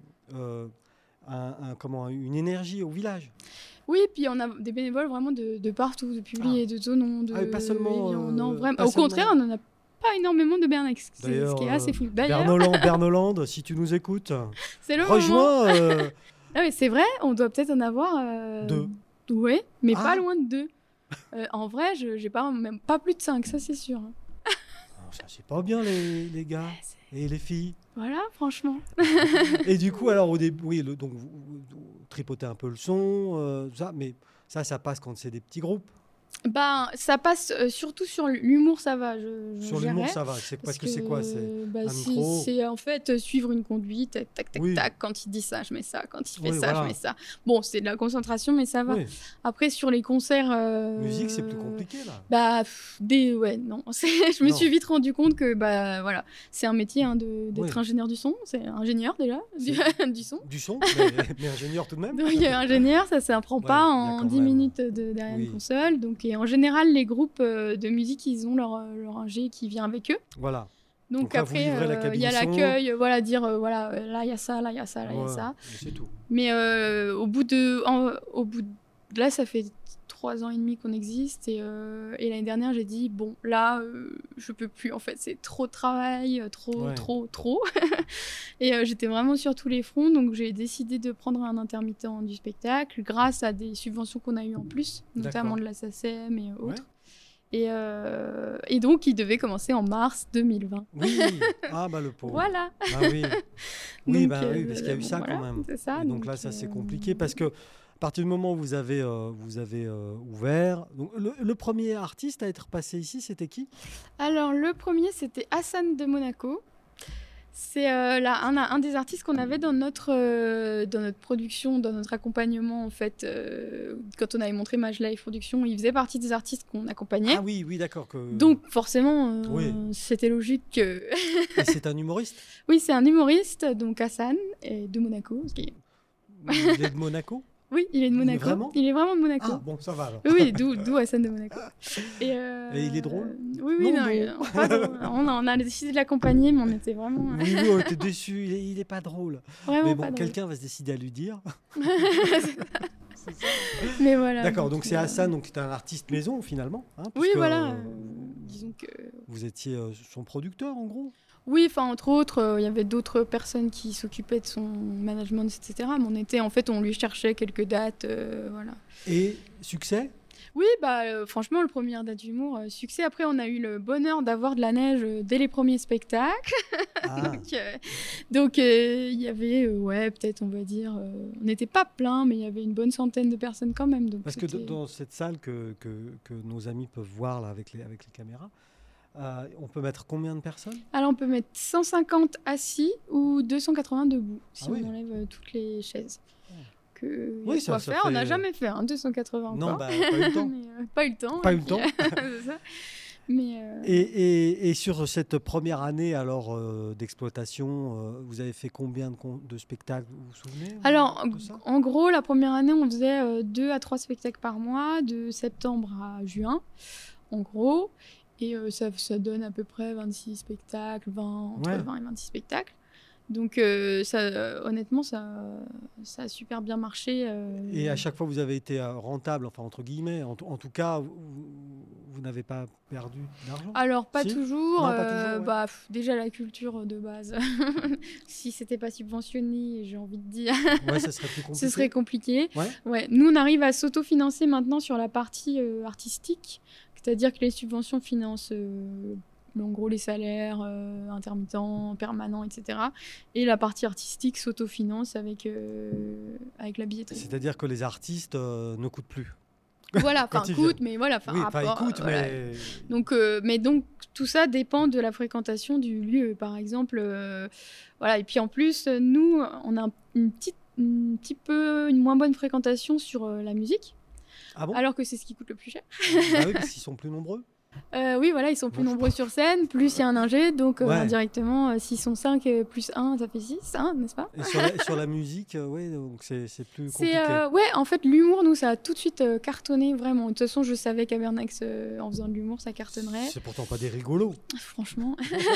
une énergie au village. Oui, puis on a des bénévoles vraiment de partout, de Publi et de Thonon. Pas seulement. Non, vraiment. Au contraire, on n'en a pas énormément de Bernex, ce qui est assez fou. Bernoland, si tu nous écoutes, c'est le rejoins. Ah oui, c'est vrai, on doit peut-être en avoir 2. Oui, mais pas loin de 2. En vrai, j'ai même pas plus de 5, ça c'est sûr. Ça, c'est pas bien, les gars et les filles. Voilà, franchement. Et du coup, alors au début, donc vous tripotez un peu le son, ça, mais ça passe quand c'est des petits groupes. Ça passe surtout sur l'humour, ça va. Sur l'humour, ça va. C'est parce que c'est quoi, c'est un micro. C'est en fait suivre une conduite, tac, tac. Quand il dit ça, je mets ça. Quand il fait ça, je mets ça. Bon, c'est de la concentration, mais ça va. Oui. Après, sur les concerts. Musique, c'est plus compliqué là. Non. Je me suis vite rendu compte que voilà, c'est un métier d'être ingénieur du son. C'est ingénieur déjà du son. Du son, mais ingénieur tout de même. Donc, ingénieur, ça s'apprend pas en 10 minutes derrière une console. Donc, et en général, les groupes de musique, ils ont leur ingé qui vient avec eux. Voilà. Donc là, après, il y a l'accueil, dire là, il y a ça, là, il y a ça, là, il y a ça. C'est tout. Mais au bout de là, ça fait 3 ans et demi qu'on existe. Et l'année dernière, j'ai dit, bon, là, je peux plus. En fait, c'est trop de travail, trop. Et j'étais vraiment sur tous les fronts. Donc, j'ai décidé de prendre un intermittent du spectacle grâce à des subventions qu'on a eues en plus, notamment de la SACEM et autres. Ouais. Et donc, il devait commencer en mars 2020. Oui, le pauvre. Voilà. Oui, donc, parce qu'il y a eu ça quand même. C'est ça. Et donc là, ça c'est compliqué parce que à partir du moment où vous avez ouvert, donc, le premier artiste à être passé ici, c'était qui ? Alors, le premier, c'était Hassan de Monaco. C'est un des artistes qu'on avait dans notre production, dans notre accompagnement, en fait. Quand on avait montré Mage Live Production, il faisait partie des artistes qu'on accompagnait. Ah oui, d'accord. Donc, forcément, c'était logique que... Et c'est un humoriste ? Oui, c'est un humoriste, donc Hassan, de Monaco. Il est de Monaco ? Oui, il est de Monaco. Il est vraiment de Monaco. Ah bon, ça va alors. Oui, d'où Hassan de Monaco. Et il est drôle? Oui, non. Pas drôle. On a décidé de l'accompagner, mais on était vraiment... Oui, on était déçus, il est pas drôle. Vraiment mais bon, pas drôle. quelqu'un va se décider à lui dire. C'est ça. Mais voilà. D'accord, donc c'est Hassan, donc c'est un artiste maison finalement. Hein, oui, puisque, voilà. Disons que... Vous étiez son producteur en gros? Oui, enfin entre autres, il y avait d'autres personnes qui s'occupaient de son management, etc. Mais on lui cherchait quelques dates, voilà. Et succès? Oui, franchement, le premier date d'humour, succès. Après, on a eu le bonheur d'avoir de la neige dès les premiers spectacles. Ah. donc, il y avait, peut-être, on va dire, on n'était pas plein, mais il y avait une bonne centaine de personnes quand même. Donc parce que dans cette salle que nos amis peuvent voir là, avec les caméras, on peut mettre combien de personnes? Alors, on peut mettre 150 assis ou 280 debout, si on enlève toutes les chaises. Oui, ça faire. fait... On n'a jamais fait 280 encore. Non, pas eu le temps. Pas eu le temps. Pas eu le temps. C'est ça. Mais et sur cette première année alors d'exploitation, vous avez fait combien de spectacles, vous vous souvenez? Alors, en gros, la première année, on faisait 2 à 3 spectacles par mois, de septembre à juin, en gros. Et ça donne à peu près 26 spectacles, entre 20 et 26 spectacles. Donc, honnêtement, ça a super bien marché. Et à chaque fois, vous avez été rentable, enfin, entre guillemets. En tout cas, vous n'avez pas perdu d'argent? Alors, pas toujours. Non, pas toujours, ouais. Déjà, la culture de base. Si c'était pas subventionné, j'ai envie de dire... Ouais, ça serait plus compliqué. Ce serait compliqué. Ouais. Nous, on arrive à s'autofinancer maintenant sur la partie artistique. C'est-à-dire que les subventions financent... en gros, les salaires intermittents, permanents, etc. Et la partie artistique s'autofinance avec la billetterie. C'est-à-dire que les artistes ne coûtent plus. Voilà, coûtent, mais voilà. Oui, ils coûtent, voilà. Mais donc, tout ça dépend de la fréquentation du lieu, par exemple. Voilà. Et puis, en plus, nous, on a une moins bonne fréquentation sur la musique. Ah bon? Alors que c'est ce qui coûte le plus cher. Oui, parce qu'ils sont plus nombreux. Oui, voilà, ils sont plus nombreux sur scène, plus il y a un ingé, donc indirectement, s'ils sont 5 plus 1, ça fait 6, n'est-ce pas? Et sur la musique, donc c'est plus compliqué. En fait, l'humour, nous, ça a tout de suite cartonné, vraiment. De toute façon, je savais qu'Abernax, en faisant de l'humour, ça cartonnerait. C'est pourtant pas des rigolos. Franchement.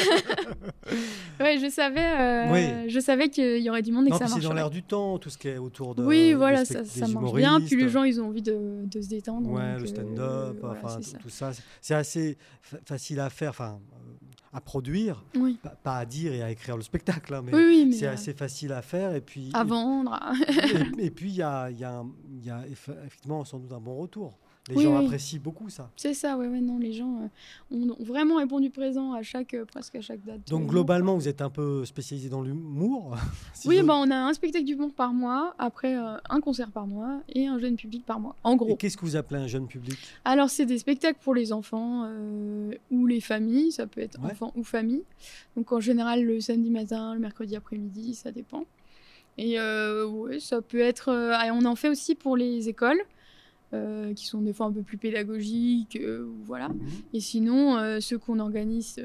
Je savais qu'il y aurait du monde et que ça marcherait. C'est dans l'air du temps, tout ce qui est autour de... Oui, voilà, ça marche bien, puis les gens, ils ont envie de se détendre. Ouais, le stand-up, tout ça. C'est assez facile à faire, à produire, pas à dire et à écrire le spectacle, mais, mais c'est assez facile à faire. Et puis, à vendre. et puis, il y a effectivement sans doute un bon retour. Les gens apprécient beaucoup ça. C'est ça, non, les gens ont vraiment répondu présent presque à chaque date. Donc globalement, vous êtes un peu spécialisé dans l'humour? On a un spectacle d'humour par mois, après un concert par mois et un jeune public par mois, en gros. Et qu'est-ce que vous appelez un jeune public? Alors, c'est des spectacles pour les enfants ou les familles, ça peut être enfants ou famille. Donc en général, le samedi matin, le mercredi après-midi, ça dépend. Et ça peut être... on en fait aussi pour les écoles. Qui sont des fois un peu plus pédagogiques, voilà. Et sinon, ceux qu'on organise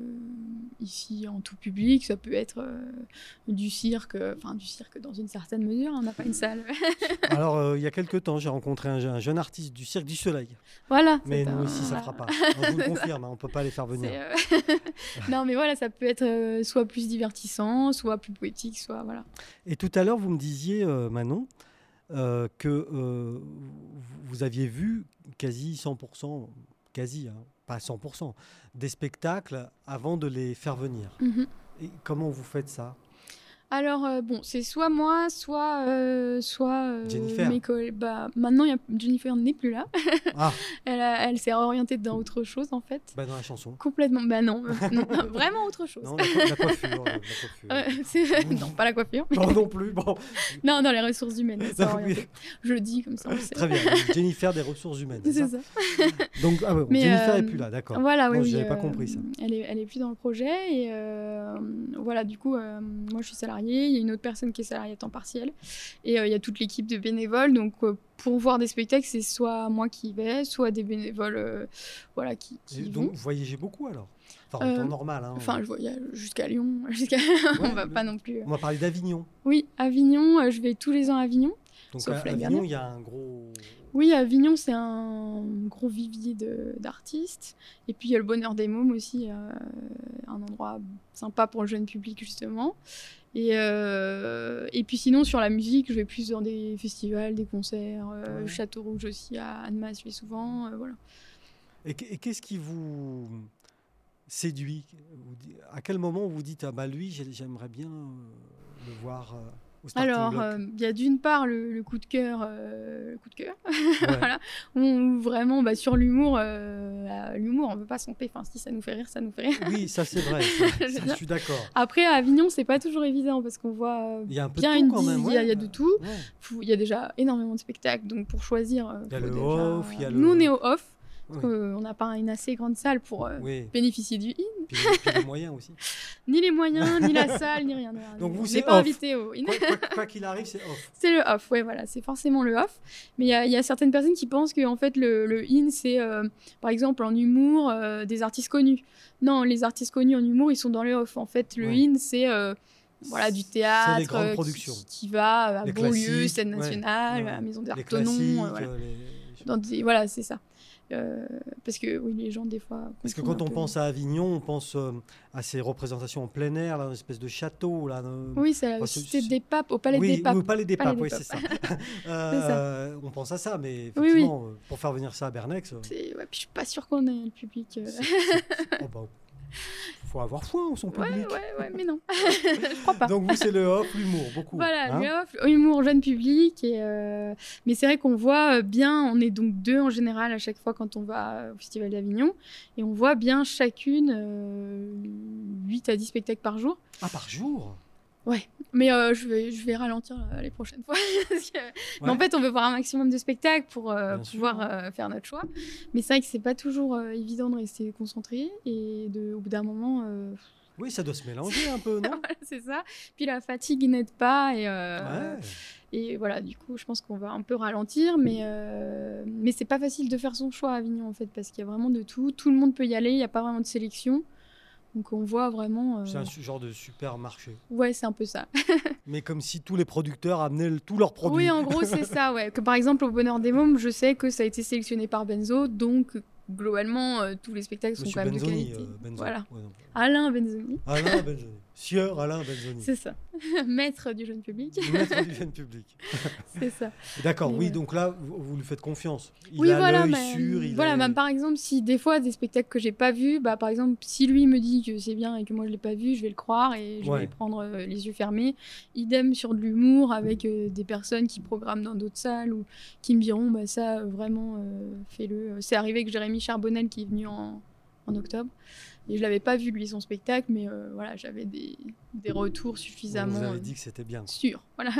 ici en tout public, ça peut être du cirque dans une certaine mesure, on n'a pas une salle. Alors, il y a quelques temps, j'ai rencontré un jeune artiste du Cirque du Soleil. Voilà. Mais nous ici, ça ne fera pas. Je vous le confirme, on ne peut pas les faire venir. Non, mais voilà, ça peut être soit plus divertissant, soit plus poétique, soit voilà. Et tout à l'heure, vous me disiez, Manon, que vous aviez vu quasi 100%, pas 100%, des spectacles avant de les faire venir. Et comment vous faites ça? Alors, c'est soit moi, soit Jennifer. mes collègues. Maintenant, Jennifer n'est plus là. Ah. Elle s'est orientée dans autre chose, en fait. Dans la chanson. Complètement. Non, vraiment autre chose. Non, la coiffure. Non, pas la coiffure. Non plus, bon. Non, dans les ressources humaines. Je le dis comme ça, on le sait. Très bien, Jennifer des ressources humaines. C'est ça. Donc, Jennifer n'est plus là, d'accord. Voilà, je n'avais pas compris ça. Elle est plus dans le projet. Et voilà, du coup, moi, je suis salariée. Il y a une autre personne qui est salariée à temps partiel. Et il y a toute l'équipe de bénévoles. Donc, pour voir des spectacles, c'est soit moi qui y vais, soit des bénévoles qui donc, vont. vous voyagez beaucoup alors? En temps normal. Je voyage jusqu'à Lyon. On va pas non plus... On va parler d'Avignon. Oui, Avignon. Je vais tous les ans à Avignon. Donc sauf à l'année Avignon, dernière. il y a un gros... Oui, Avignon, c'est un gros vivier d'artistes. Et puis il y a le Bonheur des Mômes aussi, un endroit sympa pour le jeune public justement. Et puis sinon, sur la musique, je vais plus dans des festivals, des concerts. Château Rouge aussi, à Annemasse, je vais souvent. Voilà. Et qu'est-ce qui vous séduit? À quel moment vous dites, ah bah lui, j'aimerais bien le voir au starting Alors, block? il y a d'une part le coup de cœur, Ouais. voilà, où vraiment, sur l'humour, l'humour, on ne peut pas s'en payer. Enfin, si ça nous fait rire, ça nous fait rire. Oui, ça c'est vrai, je suis d'accord. Après, à Avignon, c'est pas toujours évident parce qu'on voit Il y a un peu bien de tout quand même. il y a de tout. Ouais. Il y a déjà énormément de spectacles, donc pour choisir, Il y a faut le déjà... off, il y a Nous, on est au off. Oui. Parce qu'on n'a pas une assez grande salle pour Oui. bénéficier du in. Puis les moyens aussi. Ni les moyens, ni la salle, ni rien. Donc vous, on c'est n'est pas off. invité au in. Quoi qu'il arrive, c'est off. C'est le off, ouais, voilà, c'est forcément le off. Mais il y a certaines personnes qui pensent que en fait, le in, c'est par exemple en humour des artistes connus. Non, les artistes connus en humour, ils sont dans le off. En fait, le in, c'est voilà, du théâtre c'est les grandes productions. qui va à Les Beaulieu, classiques, Scène Nationale, ouais. à Maison des Les Artenons. classiques, Voilà, c'est ça. Parce que oui, les gens des fois. Parce que quand on pense à Avignon, on pense à ces représentations en plein air, là, une espèce de château. Là, oui, c'est la cité des papes, au palais des papes. Oui, au palais des papes, oui, c'est ça. ça. On pense à ça, mais effectivement, oui. Pour faire venir ça à Bernex. Ouais, puis je suis pas sûre qu'on ait le public. Faut avoir foi en son public. Ouais, mais non, je crois pas. Donc vous, c'est le off, l'humour, beaucoup. Voilà, le off, humour, jeune public. Mais c'est vrai qu'on voit bien, on est donc 2 en général à chaque fois quand on va au Festival d'Avignon, et on voit bien chacune 8 à 10 spectacles par jour. Ah, par jour? Ouais, mais je vais ralentir les prochaines fois. Mais en fait, on veut voir un maximum de spectacles pour pouvoir faire notre choix. Mais c'est vrai que c'est pas toujours évident de rester concentré. Et au bout d'un moment... Oui, ça doit se mélanger un peu, non? Voilà, c'est ça. Puis la fatigue n'aide pas. Ouais. Et voilà, du coup, je pense qu'on va un peu ralentir. Mais c'est pas facile de faire son choix à Avignon, en fait, parce qu'il y a vraiment de tout. Tout le monde peut y aller, il n'y a pas vraiment de sélection. Donc on voit vraiment... C'est un genre de supermarché. Ouais, c'est un peu ça. Mais comme si tous les producteurs amenaient tous leurs produits. Oui, en gros, c'est ça, ouais. Que par exemple, au Bonheur des Mômes, je sais que ça a été sélectionné par Benzo, donc globalement, tous les spectacles sont quand même de qualité. Voilà. Ouais, Alain Benzoni. Alain Benzoni. Sieur Alain Benzoni. C'est ça. Maître du jeune public. Maître du jeune public. C'est ça. D'accord, oui, donc là, vous lui faites confiance. Il a l'œil sûr. Voilà, par exemple, si des fois, des spectacles que j'ai pas vus, par exemple, si lui me dit que c'est bien et que moi je l'ai pas vu, je vais le croire et je vais prendre les yeux fermés. Idem sur de l'humour avec des personnes qui programment dans d'autres salles ou qui me diront, ça, vraiment, fais-le. C'est arrivé que Jérémy Charbonnel, qui est venu en octobre, et je l'avais pas vu lui son spectacle, mais voilà, j'avais des retours suffisamment. Vous avez dit que c'était bien. Sûr, voilà.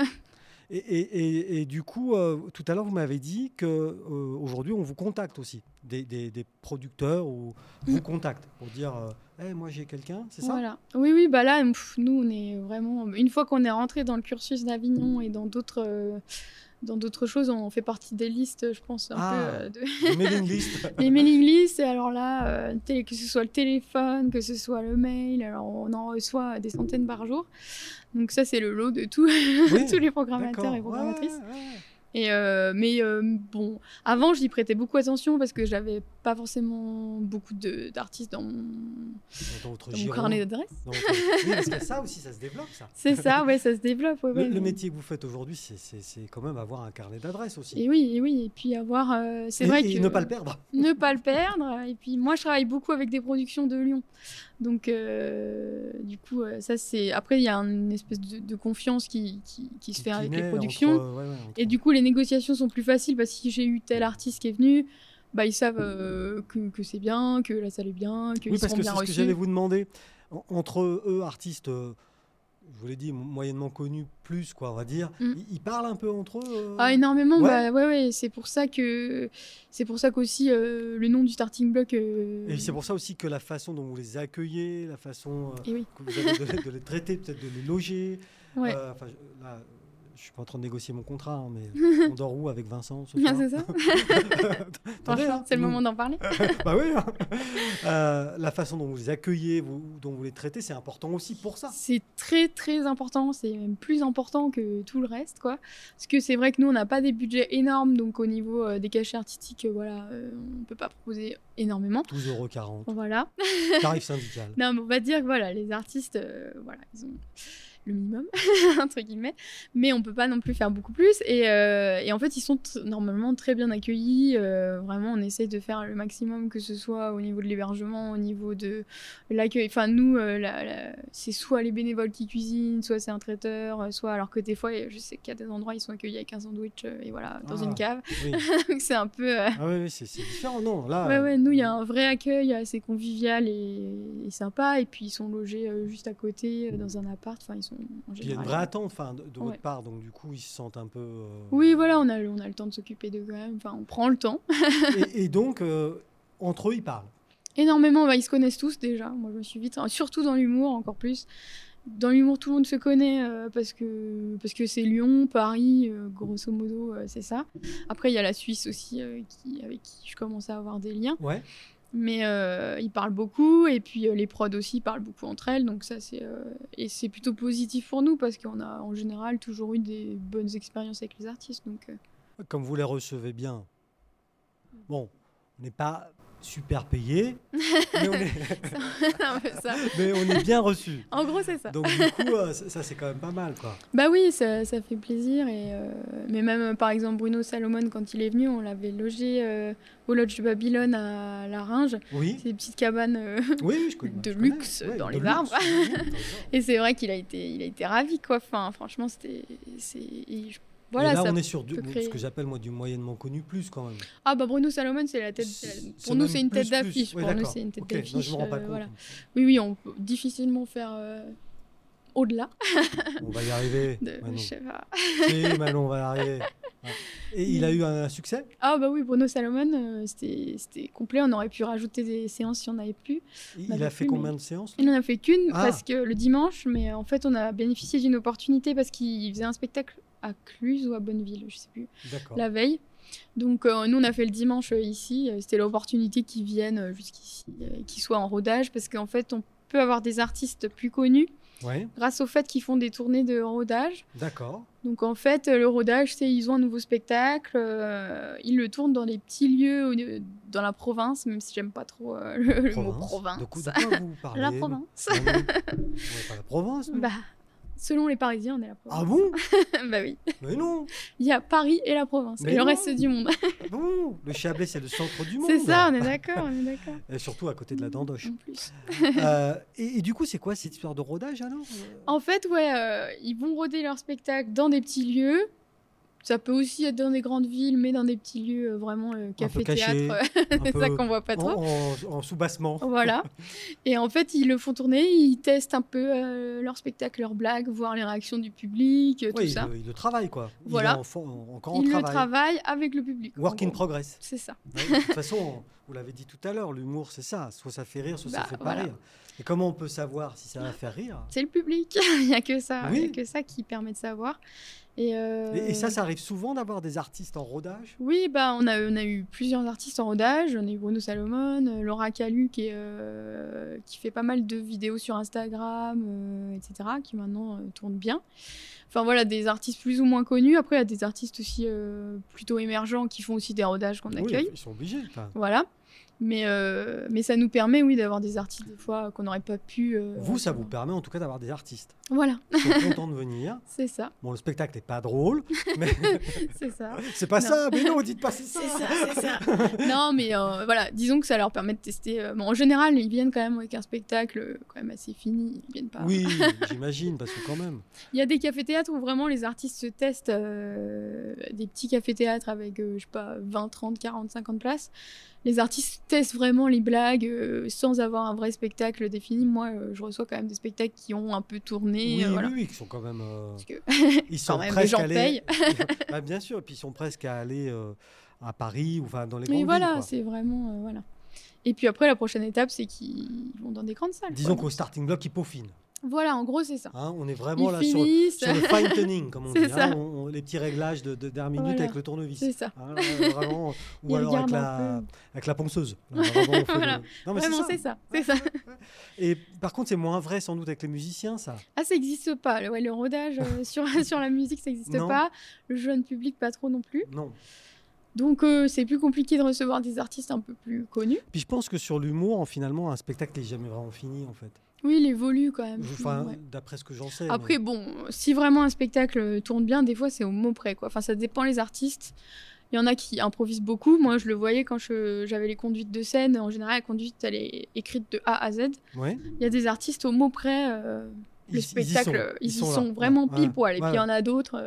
Et du coup, tout à l'heure, vous m'avez dit qu'aujourd'hui, on vous contacte aussi. Des producteurs vous contactent pour dire moi j'ai quelqu'un, c'est ça? Voilà. Oui, là, nous, on est vraiment... Une fois qu'on est rentré dans le cursus d'Avignon et dans d'autres choses, on fait partie des listes, je pense, un peu les mailing lists. Les mailing lists, et alors là, que ce soit le téléphone, que ce soit le mail, alors on en reçoit des centaines par jour. Donc ça, c'est le lot de tous les programmateurs et programmatrices. Mais bon, avant, j'y prêtais beaucoup attention parce que j'avais pas forcément beaucoup d'artistes dans mon carnet d'adresses. Oui, parce que ça aussi, ça se développe, ça. C'est ça, ouais, ça se développe. Le métier que vous faites aujourd'hui, c'est quand même avoir un carnet d'adresses aussi. Et oui, et puis avoir... c'est vrai que... ne pas le perdre. Ne pas le perdre. Et puis moi, je travaille beaucoup avec des productions de Lyon. Donc, du coup, ça, c'est... Après, il y a une espèce de confiance qui se fait avec les productions. Et du coup, les négociations sont plus faciles parce que si j'ai eu tel artiste qui est venu, ils savent que c'est bien, que la salle est bien, qu'ils seront bien reçus. Oui, parce que c'est ce que j'allais vous demander. Entre eux, artistes... je vous l'ai dit, moyennement connus, plus, quoi, on va dire. Ils parlent un peu entre eux énormément, ouais. C'est pour ça qu'aussi le nom du starting block... Et c'est pour ça aussi que la façon dont vous les accueillez, la façon que vous avez de les traiter, peut-être de les loger. Ouais. Là, je suis pas en train de négocier mon contrat, hein, mais on dort où avec Vincent ce Bien, soir? c'est ça. Attendez, Franchement, hein, c'est le nous- moment d'en parler. Bah oui, hein. La façon dont vous les accueillez, dont vous les traitez, c'est important aussi pour ça. C'est très très important, c'est même plus important que tout le reste, quoi. Parce que c'est vrai que nous, on n'a pas des budgets énormes, donc au niveau des cachets artistiques, voilà, on peut pas proposer énormément. 12,40 €. Voilà. Tarif syndical. Non, mais on va dire que voilà, les artistes, voilà, ils ont le minimum, entre guillemets, mais on peut pas non plus faire beaucoup plus. Et en fait, ils sont normalement très bien accueillis. Vraiment, on essaye de faire le maximum, que ce soit au niveau de l'hébergement, au niveau de l'accueil. Enfin, nous, c'est soit les bénévoles qui cuisinent, soit c'est un traiteur, soit alors que des fois, je sais qu'il y a des endroits, ils sont accueillis avec un sandwich et voilà, dans une cave. Oui. Donc c'est un peu. Ah oui, oui, c'est différent, non. Là, Ouais, nous, il y a un vrai accueil assez convivial et sympa. Et puis, ils sont logés juste à côté, dans un appart. Enfin, ils sont en puis il y a une général. vraie attente enfin, de votre Ouais. part, donc du coup, ils se sentent un peu. Oui, voilà, on a le temps de s'occuper d'eux quand même. Enfin, on prend le temps. Et donc, entre eux, ils parlent. Énormément, bah, ils se connaissent tous déjà. Moi, je me suis vite. Surtout dans l'humour, encore plus. Dans l'humour, tout le monde se connaît parce que c'est Lyon, Paris, grosso modo, c'est ça. Après, il y a la Suisse aussi, avec qui je commence à avoir des liens. Ouais. Mais ils parlent beaucoup, et puis les prods aussi parlent beaucoup entre elles, donc ça et c'est plutôt positif pour nous parce qu'on a en général toujours eu des bonnes expériences avec les artistes. Donc, Comme vous les recevez bien. Bon, on n'est pas super payé, mais Un peu ça. mais on est bien reçu. En gros, c'est ça. Donc du coup, ça c'est quand même pas mal, quoi. Bah oui, ça fait plaisir. Mais même, par exemple, Bruno Salomon, quand il est venu, on l'avait logé au Lodge de Babylone à La Ringe. Oui, C'est des petites cabanes oui, je connais. de je connais. luxe Ouais, dans de les luxe, arbres. oui, dans les arbres. Et c'est vrai qu'il a été ravi, quoi. Enfin, franchement, voilà, et là, ça on est sur peut ce créer. que j'appelle moi du moyennement connu plus quand même. Ah bah Bruno Salomon, c'est la tête. Pour nous, même c'est une tête plus. d'affiche. Oui, Pour nous, d'accord. c'est une tête Ok, non, d'affiche. je me rends pas compte. Voilà. Oui, on peut difficilement faire au-delà. On va y arriver. Je Manon. sais pas. Si, Manon, on va y arriver. Ouais. Et il a eu un succès? Ah bah oui, Bruno Salomon, c'était complet. On aurait pu rajouter des séances si on n'avait plus. Il a fait plus, combien de séances? Il n'en a fait qu'une Ah. parce que le dimanche, mais en fait, on a bénéficié d'une opportunité parce qu'il faisait un spectacle à Cluse ou à Bonneville, je sais plus, D'accord. la veille. Donc nous, on a fait le dimanche ici. C'était l'opportunité qu'ils viennent jusqu'ici, qu'ils soient en rodage, parce qu'en fait, on peut avoir des artistes plus connus Ouais, grâce au fait qu'ils font des tournées de rodage. d'accord. Donc en fait, le rodage, c'est ils ont un nouveau spectacle, ils le tournent dans des petits lieux dans la province, même si j'aime pas trop le mot province. De quoi vous parlez? La province. Non, mais on n'est pas la province, nous. Bah, selon les Parisiens, on est la province. Ah bon? Bah oui. Mais non. Il y a Paris et la province, Mais et le non. reste du monde. Bon, le Chablais, c'est le centre du monde. C'est ça, on est d'accord, on est d'accord. Et surtout à côté de la Dandoche. En plus. Et du coup, c'est quoi cette histoire de rodage alors? En fait, ouais, ils vont roder leur spectacle dans des petits lieux. Ça peut aussi être dans des grandes villes, mais dans des petits lieux vraiment café-théâtre. C'est ça qu'on voit pas trop. En sous-bassement. Voilà. Et en fait, ils le font tourner, ils testent un peu leur spectacle, leurs blagues, voir les réactions du public, tout Oui, ça. il le travaille, quoi. Voilà. Il est encore en Ils le travail. travaillent avec le public. Work en in gros. progress. C'est ça. Ouais, de toute façon, vous l'avez dit tout à l'heure, l'humour, c'est ça. Soit ça fait rire, soit ça Bah, fait pas voilà. rire. Et comment on peut savoir si ça va faire rire? C'est le public. Il n'y a que ça. Oui. Il y a que ça qui permet de savoir. Et ça arrive souvent d'avoir des artistes en rodage? Oui, bah, on a eu plusieurs artistes en rodage. On a eu Bruno Salomon, Laura Calu qui fait pas mal de vidéos sur Instagram, etc., qui maintenant tourne bien. Enfin voilà, des artistes plus ou moins connus. Après, il y a des artistes aussi plutôt émergents qui font aussi des rodages qu'on accueille. Oui, ils sont obligés. Enfin, Voilà. Mais ça nous permet, oui, d'avoir des artistes des fois qu'on n'aurait pas pu. vous, ça vous permet en tout cas d'avoir des artistes Voilà, qui sont contents de venir. c'est ça, Bon, le spectacle n'est pas drôle, mais c'est ça. c'est pas Non. ça. Mais non, dites pas c'est ça. C'est ça. Non, mais voilà, disons que ça leur permet de tester. Bon, en général, ils viennent quand même avec un spectacle quand même assez fini. Ils viennent pas. Oui, j'imagine, parce que quand même. Il y a des cafés-théâtres où vraiment les artistes se testent, des petits cafés-théâtres avec, je sais pas, 20, 30, 40, 50 places. Les artistes testent vraiment les blagues sans avoir un vrai spectacle défini. Moi, je reçois quand même des spectacles qui ont un peu tourné. Oui, Voilà. oui, qui sont quand même. Parce que Ils sont quand même, les presque gens allés. payent. Bah, bien sûr, et puis ils sont presque à aller à Paris ou enfin dans les Mais grandes voilà, villes. Quoi. c'est vraiment. Voilà. Et puis après, la prochaine étape, c'est qu'ils vont dans des grandes salles. Disons quoi. qu'au starting block, ils peaufinent. Voilà, en gros, c'est ça. Hein, on est vraiment Ils là finissent. sur le fine-tuning, comme on C'est dit. ça. Hein, les petits réglages de dernière minute Voilà. avec le tournevis. C'est ça. Hein, là, vraiment, ou Ils alors avec regardent un peu. avec la ponceuse. Là, vraiment, on fait Voilà. non, mais Vraiment, c'est ça. Ouais, C'est ça. ouais, ouais. Et par contre, c'est moins vrai sans doute avec les musiciens, ça. Ah, ça n'existe pas. Le rodage sur la musique, ça n'existe Non. pas. Le jeune public, pas trop non plus. Non. Donc, c'est plus compliqué de recevoir des artistes un peu plus connus. Puis je pense que sur l'humour, finalement, un spectacle n'est jamais vraiment fini, en fait. Oui, il évolue quand même. Enfin, Ouais. d'après ce que j'en sais. Après, bon, si vraiment un spectacle tourne bien, des fois, c'est au mot près, quoi. Enfin, ça dépend les artistes. Il y en a qui improvisent beaucoup. Moi, je le voyais quand j'avais les conduites de scène. En général, la conduite, elle est écrite de A à Z. Ouais. Il y a des artistes au mot près. Le spectacle, ils y sont là. vraiment Ouais, pile poil. Et ouais, puis, il y en a d'autres,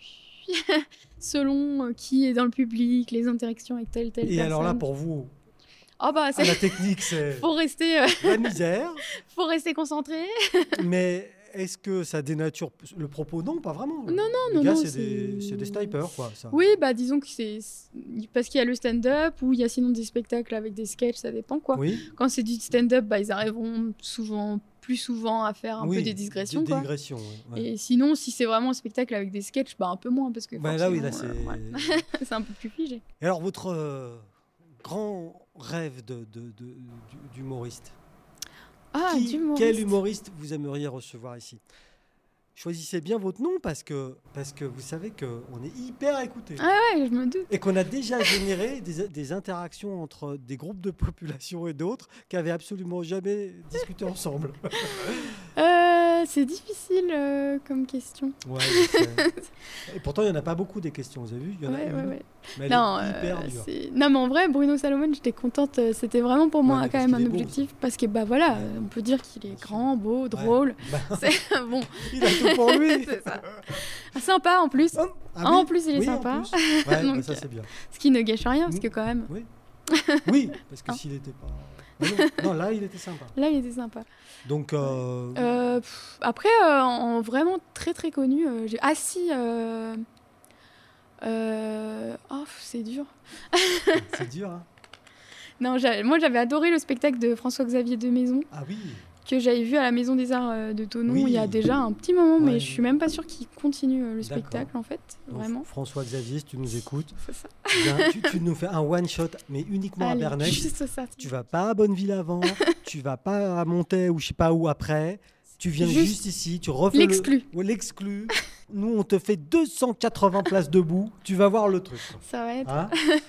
selon qui est dans le public, les interactions avec telle Et personne. alors là, pour vous, Ah bah, la technique, c'est faut rester la misère. concentré. Mais est-ce que ça dénature le propos? Non, pas vraiment. Non, Les non, gars, non, c'est des snipers, quoi. Ça. Oui, bah disons que c'est parce qu'il y a le stand-up ou il y a sinon des spectacles avec des sketchs, ça dépend quoi. Oui. Quand c'est du stand-up, bah ils arriveront plus souvent à faire un Oui, peu des digressions des quoi. digressions, ouais. Et sinon, si c'est vraiment un spectacle avec des sketchs, bah un peu moins parce que Bah là, oui, là, forcément, c'est. ouais. C'est un peu plus figé. Et alors, votre grand rêve d'humoriste? Ah, d'humoriste. Quel humoriste vous aimeriez recevoir ici? Choisissez bien votre nom parce que vous savez qu'on est hyper écouté. Ah ouais, je me doute. Et qu'on a déjà généré des interactions entre des groupes de population et d'autres qui n'avaient absolument jamais discuté ensemble. C'est difficile comme question. Ouais, je sais. Et pourtant, il n'y en a pas beaucoup des questions, vous avez vu? Il y en a une, Ouais. mais elle Non, est hyper dure. non, mais en vrai, Bruno Salomon, j'étais contente. C'était vraiment pour moi Ouais, mais quand parce même qu'il un est beau objectif. Parce que, bah voilà, on peut dire qu'il est grand, beau, drôle. Bah, C'est bon. il a tout pour lui. C'est ça. Ah, sympa en plus. Oh, ah En oui, plus, il est oui, sympa. en plus. Ouais, Donc, bah, ça c'est bien. Ce qui ne gâche rien, parce que quand même, Oui, oui, parce que Hein. s'il n'était pas... Ah non, là, il était sympa. là, il était sympa. Donc, Après, en vraiment très très connu, j'ai... Ah si, oh, c'est dur. c'est dur, hein. Non, moi j'avais adoré le spectacle de François-Xavier de Maison Ah oui, que j'avais vu à la Maison des Arts de Thonon Oui. il y a déjà un petit moment, Ouais. mais je suis même pas sûre qu'il continue le D'accord. spectacle en fait, donc, vraiment. François-Xavier, si tu nous écoutes, C'est ça. viens, tu nous fais un one-shot, mais uniquement à Allez, Bernay. juste ça. Tu vas pas à Bonneville avant, tu vas pas à Montaix ou je sais pas où après. Tu viens juste ici, tu refais L'exclu. l'exclu. Nous, on te fait 280 places debout. Tu vas voir le truc, quoi. Ça va être. Hein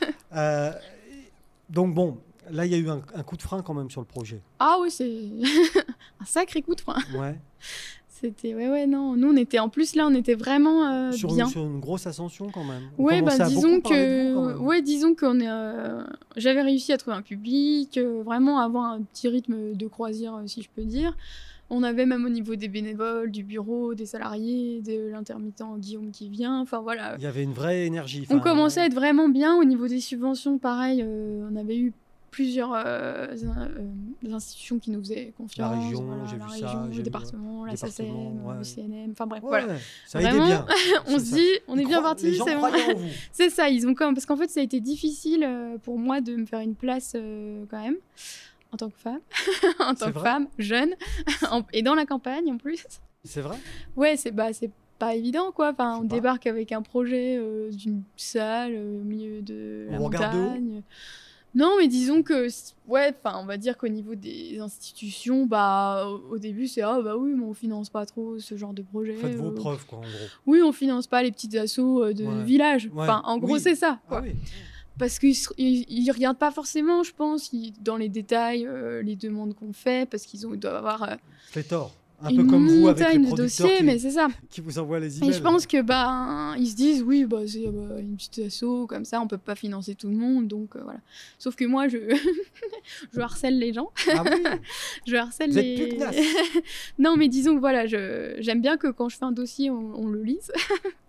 Donc bon, là, il y a eu un coup de frein quand même sur le projet. Ah oui, c'est un sacré coup de frein. Ouais. C'était non. Nous on était en plus là, on était vraiment bien. Sur une grosse ascension quand même. On Ouais, commençait bah à disons beaucoup parler de vous, quand même. disons qu'on est. J'avais réussi à trouver un public, vraiment avoir un petit rythme de croisière, si je peux dire. On avait même au niveau des bénévoles, du bureau, des salariés, de l'intermittent Guillaume qui vient. Enfin voilà. Il y avait une vraie énergie. On commençait à être vraiment bien au niveau des subventions. Pareil, on avait eu plusieurs institutions qui nous faisaient confiance. La région, voilà, j'ai la vu région, ça, le j'ai département, vu- la SACEM, ouais. le CNM. Enfin bref, Ouais, voilà. ça a été Vraiment, bien. On C'est se ça. dit, on est Ils bien croient- parti, Les gens c'est bon. croyaient en vous. C'est ça, ils ont parce qu'en fait ça a été difficile pour moi de me faire une place quand même en tant que femme, en tant C'est que vrai femme jeune et dans la campagne en plus. C'est vrai? Ouais, c'est pas évident quoi. Enfin, Je on sais pas. débarque avec un projet d'une salle au milieu de la On regarde de haut montagne. Non, mais disons que ouais, enfin, on va dire qu'au niveau des institutions, bah au début c'est bah oui, mais on finance pas trop ce genre de projet. Faites vos preuves, quoi, en gros. Oui, on finance pas les petites assos de Ouais. village. Ouais. Enfin, en gros, Oui. c'est ça. Quoi. Ah oui. Parce qu'ils regardent pas forcément, je pense, dans les détails, les demandes qu'on fait, parce qu'ils doivent avoir C'est tort. Un une peu comme vous avec les montagne de producteurs dossiers, mais c'est ça. qui vous envoient les emails. Et je pense que ils se disent oui, c'est une petite asso comme ça, on peut pas financer tout le monde, donc voilà. Sauf que moi, je je harcèle les gens, Ah oui. je harcèle Vous êtes les. pugnace. Non, mais disons que voilà, j'aime bien que quand je fais un dossier, on le lise.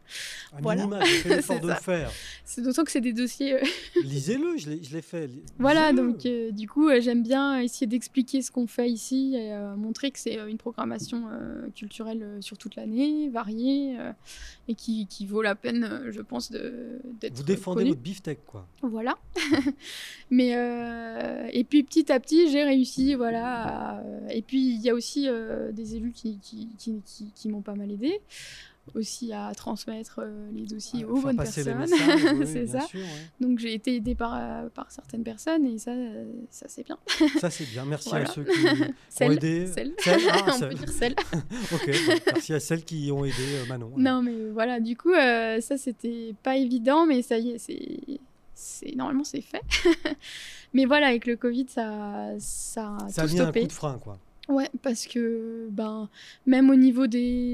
À Voilà. minima, j'ai fait l'effort C'est de le ça. faire. C'est d'autant que c'est des dossiers. Lisez-le, je l'ai fait. Voilà, Lisez-le. donc du coup, j'aime bien essayer d'expliquer ce qu'on fait ici et montrer que c'est une programmation culturelle sur toute l'année, variée, et qui vaut la peine, je pense, d'être Vous défendez connue. votre beefsteak, quoi. Voilà. Mais et puis petit à petit, j'ai réussi, voilà. Et puis il y a aussi des élus qui m'ont pas mal aidé, aussi à transmettre les dossiers aux Faire bonnes passer les personnes. messages, oui, C'est bien ça. sûr, ouais. Donc j'ai été aidée par certaines personnes et ça c'est bien. Ça, c'est bien. Merci Voilà. à ceux qui ont Celles, aidé. celles. Ah, On celles. peut dire celles. Ok, merci à celles qui ont aidé Manon. Non mais voilà, du coup ça c'était pas évident, mais ça y est, c'est normalement c'est fait. Mais voilà, avec le Covid, ça a Ça a tout mis un stoppé. coup de frein, quoi. Ouais, parce que même au niveau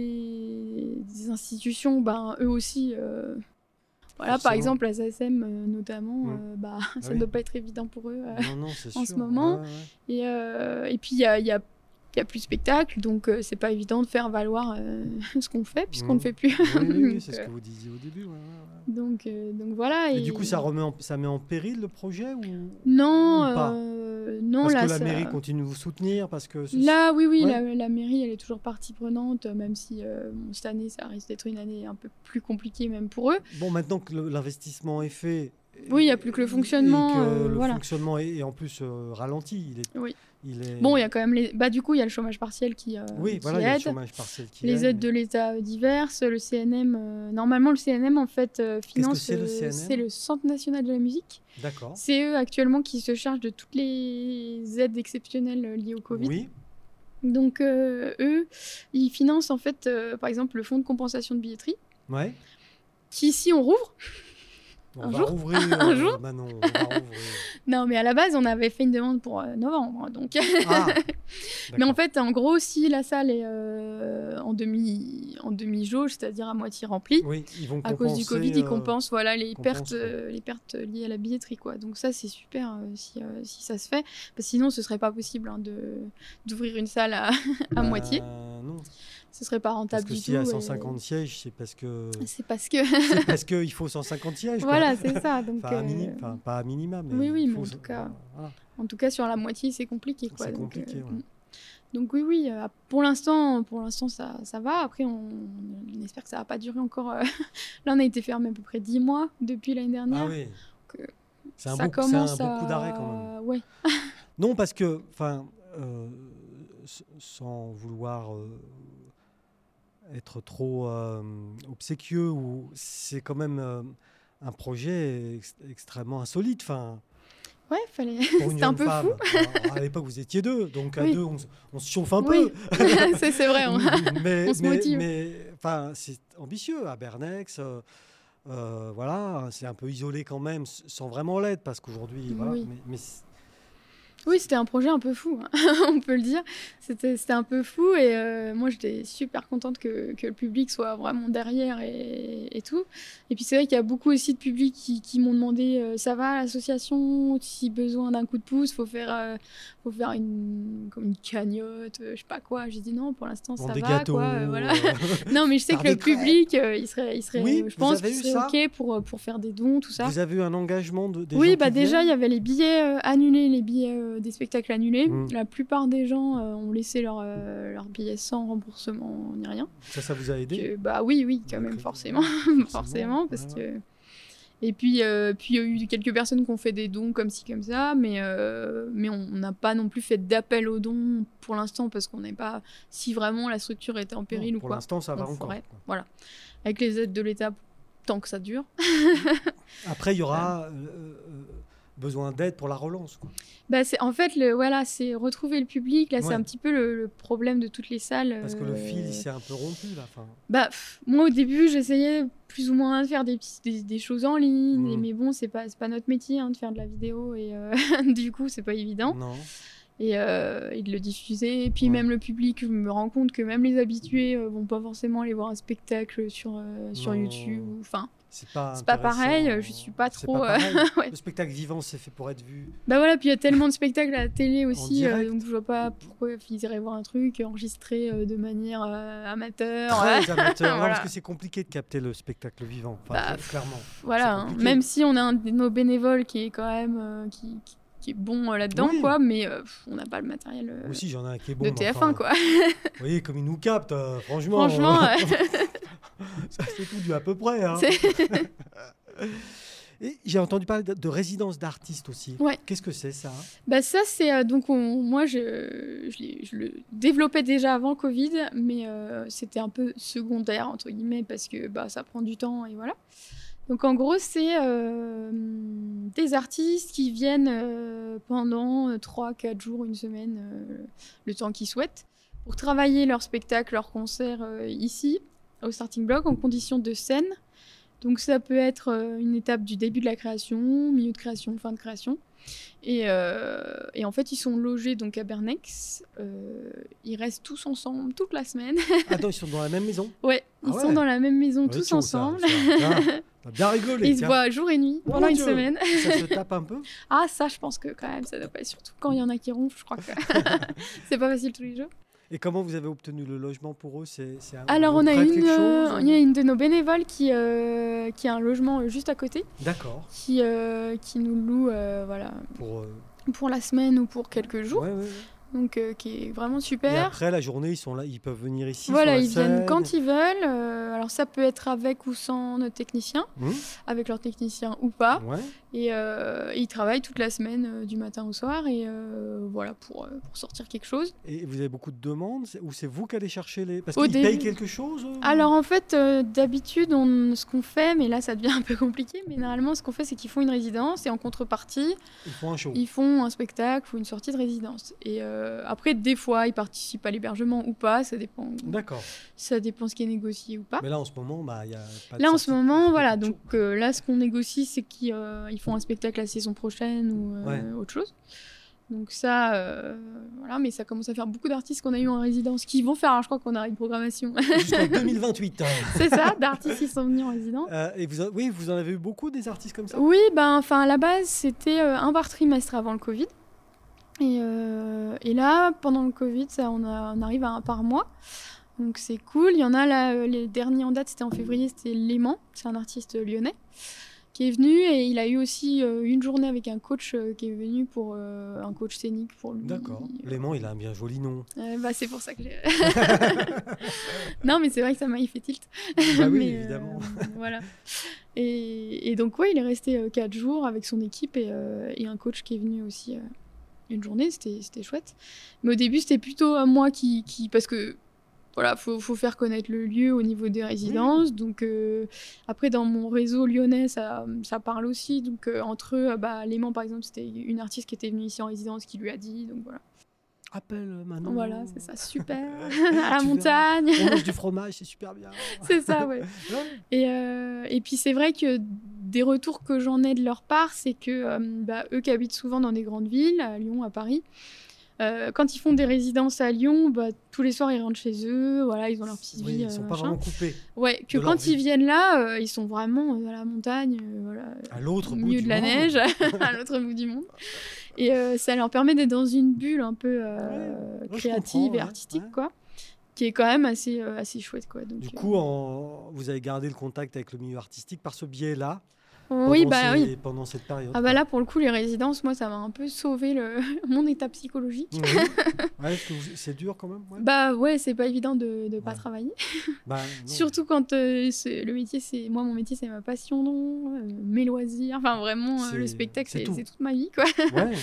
des institutions, eux aussi, voilà, par Forcément. exemple la SACEM notamment, ça ne oui. doit pas être évident pour eux Non, non, c'est en sûr. ce moment. Ouais, ouais. Et puis il y a plus de spectacle, donc c'est pas évident de faire valoir ce qu'on fait puisqu'on ne fait plus. Oui, c'est ce Donc, que vous disiez au début. Ouais. donc voilà. Et du coup, ça met en péril le projet ou Non, ou pas non, parce là, que la ça... mairie continue de vous soutenir parce que Là, oui, Ouais. la mairie, elle est toujours partie prenante, même si cette année, ça risque d'être une année un peu plus compliquée même pour eux. Bon, maintenant que l'investissement est fait. Oui, il n'y a plus que le fonctionnement. Et que le voilà. fonctionnement est en plus ralenti. Oui. Il est... Bon, il y a quand même du coup, il y a le chômage partiel qui Oui, qui voilà, il y a le aide. chômage partiel qui Les aide. aides de l'État diverses, le CNM. Normalement, le CNM, en fait, finance. c'est le CNM ? C'est le Centre national de la musique. D'accord. C'est eux actuellement qui se chargent de toutes les aides exceptionnelles liées au Covid. Oui. Donc, eux, ils financent en fait, par exemple, le fonds de compensation de billetterie, Ouais. qui, si on rouvre. On Un va jour rouvrir. Un jour Manon, on va rouvrir. Non, mais à la base, on avait fait une demande pour novembre. Donc... Ah, Mais en d'accord. fait, en gros, si la salle est en demi-jauge, c'est-à-dire à moitié remplie, Oui, ils vont à cause du compenser, Covid, ils compensent voilà, les compensent, pertes liées à la billetterie, quoi. Donc ça, c'est super si ça se fait. Parce que sinon, ce serait pas possible d'ouvrir une salle à moitié. Non, Ce serait pas parce rentable que du s'il y a tout. 150 sièges, c'est parce que C'est parce que... c'est parce qu'il faut 150 sièges. Quoi. voilà, c'est ça. Donc, Enfin, pas à minima, mais oui, il mais faut... en tout cas... voilà. En tout cas, sur la moitié, c'est compliqué, quoi. C'est Donc, compliqué, ouais. Donc oui, pour l'instant, ça va. Après, on espère que ça va pas durer encore. Là, on a été fermé à peu près 10 mois depuis l'année dernière. Ah oui. Donc, C'est un ça beau commence coup d'arrêt quand même. Ouais. Non, parce que, enfin, sans vouloir être trop obséquieux, c'est quand même un projet extrêmement insolite. Enfin, Ouais, fallait. pour une C'était un jeune peu femme. fou. Alors, à l'époque, vous étiez deux, donc à Oui. deux, on se chauffe un Oui. peu. c'est vrai. On se motive. Mais enfin, c'est ambitieux à Bernex. Voilà, c'est un peu isolé quand même, sans vraiment l'être, parce qu'aujourd'hui, voilà. Oui. Mais Oui, c'était un projet un peu fou, hein, on peut le dire. C'était un peu fou et moi j'étais super contente que le public soit vraiment derrière et tout. Et puis c'est vrai qu'il y a beaucoup aussi de publics qui m'ont demandé ça va l'association, si besoin d'un coup de pouce, faut faire comme une cagnotte, je sais pas quoi. J'ai dit non, pour l'instant ça des va gâteaux, quoi. Voilà. Non mais je sais faire que le des crêpes. public il serait Oui, je vous pense avez qu'il eu serait ça ok pour faire des dons, tout ça. vous avez eu un engagement des Oui, gens bah qui déjà, il y viennent avait les billets annulés, les billets des spectacles annulés. Mm. La plupart des gens ont laissé leurs billets sans remboursement ni rien. Ça vous a aidé Bah oui, quand Donc, même, forcément. forcément, parce ouais, que... Et puis, il y a eu quelques personnes qui ont fait des dons comme ci, comme ça, mais on n'a pas non plus fait d'appel aux dons pour l'instant, parce qu'on n'est pas... Si vraiment la structure était en péril Non, ou pour quoi. l'instant, ça va on encore. ferait. Quoi. Voilà. Avec les aides de l'État, tant que ça dure. Après, il y aura besoin d'aide pour la relance. Quoi. Bah en fait, c'est retrouver le public. Là, Ouais. c'est un petit peu le problème de toutes les salles. Parce que le fil, il s'est un peu rompu, là. Fin. Bah, moi, au début, j'essayais plus ou moins de faire des choses en ligne. Mm. Mais bon, c'est pas notre métier hein, de faire de la vidéo. Et du coup, c'est pas évident. Non. Et de le diffuser. Et puis, Ouais. même le public, je me rends compte que même les habitués vont pas forcément aller voir un spectacle sur Non. YouTube. Enfin, C'est pas pareil, intéressant. je suis pas C'est trop... pas pareil. ouais. Le spectacle vivant, c'est fait pour être vu. Bah voilà, puis il y a tellement de spectacles à la télé aussi, direct. donc je vois pas pourquoi ils iraient voir un truc enregistré de manière amateur. Très amateur. Non, Voilà. parce que c'est compliqué de capter le spectacle vivant. Enfin, Bah, clairement. Voilà, C'est hein. compliqué. Même si on a un de nos bénévoles qui est quand même qui est bon là-dedans, Oui. quoi, mais on n'a pas le matériel Moi aussi, j'en ai un qui est bon. de mais TF1, enfin, quoi. Vous voyez, comme il nous capte, franchement. Franchement, Ça, c'est tout du à peu près. Hein. Et j'ai entendu parler de résidence d'artistes aussi. Ouais. Qu'est-ce que c'est, ça? bah ça c'est donc moi je le développais déjà avant le Covid, mais c'était un peu secondaire entre guillemets parce que bah ça prend du temps et voilà. Donc en gros c'est des artistes qui viennent pendant 3-4 jours, une semaine, le temps qu'ils souhaitent, pour travailler leur spectacle, leur concert ici au Starting Block en conditions de scène. Donc ça peut être une étape du début de la création, milieu de création, fin de création. Et en fait, ils sont logés donc à Bernex. Ils restent tous ensemble toute la semaine. Attends, ils sont dans la même maison? Ouais, ils Ah sont ouais. dans la même maison Ouais, tous tiens, ensemble. On a bien rigolé. Ils se tiens. voient jour et nuit Oh pendant mon une Dieu. semaine. Ça se tape un peu? Ah ça, je pense que quand même, ça doit pas être surtout quand il y en a qui ronflent, je crois que c'est pas facile tous les jours. Et comment vous avez obtenu le logement pour eux? Alors on a prête il quelque chose, y a une de nos bénévoles qui a un logement juste à côté, D'accord. qui nous loue voilà, Pour, pour la semaine ou pour quelques jours. ouais. Donc qui est vraiment Et super. après, la journée, ils sont là, ils peuvent venir ici. Voilà, sur la ils viennent scène. quand ils veulent. Alors ça peut être avec ou sans notre technicien, avec leur technicien ou pas. Ouais. Et ils travaillent toute la semaine, du matin au soir, et voilà, pour sortir quelque chose. Et vous avez beaucoup de demandes ou c'est vous qui allez chercher les... Parce Au qu'ils début- payent quelque chose Alors en fait, d'habitude, ce qu'on fait, mais là ça devient un peu compliqué, mais normalement ce qu'on fait c'est qu'ils font une résidence et en contrepartie, Ils font un show. ils font un spectacle ou une sortie de résidence. Et après, des fois, ils participent à l'hébergement ou pas, ça dépend ce qui est négocié ou pas. Mais là, en ce moment, il n'y a pas de Là, en sortie ce de- moment, de voilà, show. donc là, ce qu'on négocie, c'est qu'ils font un spectacle la saison prochaine ou Ouais. autre chose. Donc ça, voilà, mais ça commence à faire beaucoup d'artistes qu'on a eu en résidence qui vont faire, je crois qu'on a une programmation. Jusqu'en 2028. Hein. C'est ça, d'artistes qui sont venus en résidence. Et vous en avez eu beaucoup des artistes comme ça? Oui, à la base, c'était un par trimestre avant le Covid. Et là, pendant le Covid, on arrive à un par mois. Donc c'est cool. Il y en a là, les derniers en date, c'était en février, c'était Léman. C'est un artiste lyonnais qui est venu, et il a eu aussi une journée avec un coach qui est venu pour un coach scénique pour lui. D'accord. Léman, il a un bien joli nom. C'est pour ça que j'ai... Non, mais c'est vrai que ça m'a fait tilt. Bah oui, Mais, évidemment. voilà. Et donc, ouais, il est resté 4 jours avec son équipe et un coach qui est venu aussi une journée. C'était chouette. Mais au début, c'était plutôt moi qui... Parce que, voilà, faut faire connaître le lieu au niveau des résidences. Donc, après, dans mon réseau lyonnais, ça parle aussi. Donc, entre eux, Léman, par exemple, c'était une artiste qui était venue ici en résidence qui lui a dit. Donc, voilà. Appelle Manon. Voilà, c'est ça, super. À la Tu verras. montagne. On mange du fromage, c'est super bien. C'est ça, ouais. Et puis c'est vrai que des retours que j'en ai de leur part, c'est que eux qui habitent souvent dans des grandes villes, à Lyon, à Paris, quand ils font des résidences à Lyon, tous les soirs ils rentrent chez eux, voilà, ils ont leur petite vie. Ils ne sont pas machin. vraiment coupés. Ouais, que de leur quand vie. ils viennent là, ils sont vraiment à la montagne, voilà, À l'autre au bout milieu du de la monde. neige, à l'autre bout du monde. Et ça leur permet d'être dans une bulle un peu je créative comprends, et ouais, artistique, ouais. quoi, qui est quand même assez chouette, quoi. Donc, Du coup, vous avez gardé le contact avec le milieu artistique par ce biais-là oui, oui. pendant cette période. Ah là, pour le coup, les résidences, moi, ça m'a un peu sauvé mon état psychologique. Oui. Ouais, parce que c'est dur quand même. Ouais, c'est pas évident de pas Ouais. travailler. Non. Surtout quand le métier, mon métier, c'est ma passion, mes loisirs. Enfin, vraiment, le spectacle, c'est toute ma vie, quoi. Ouais.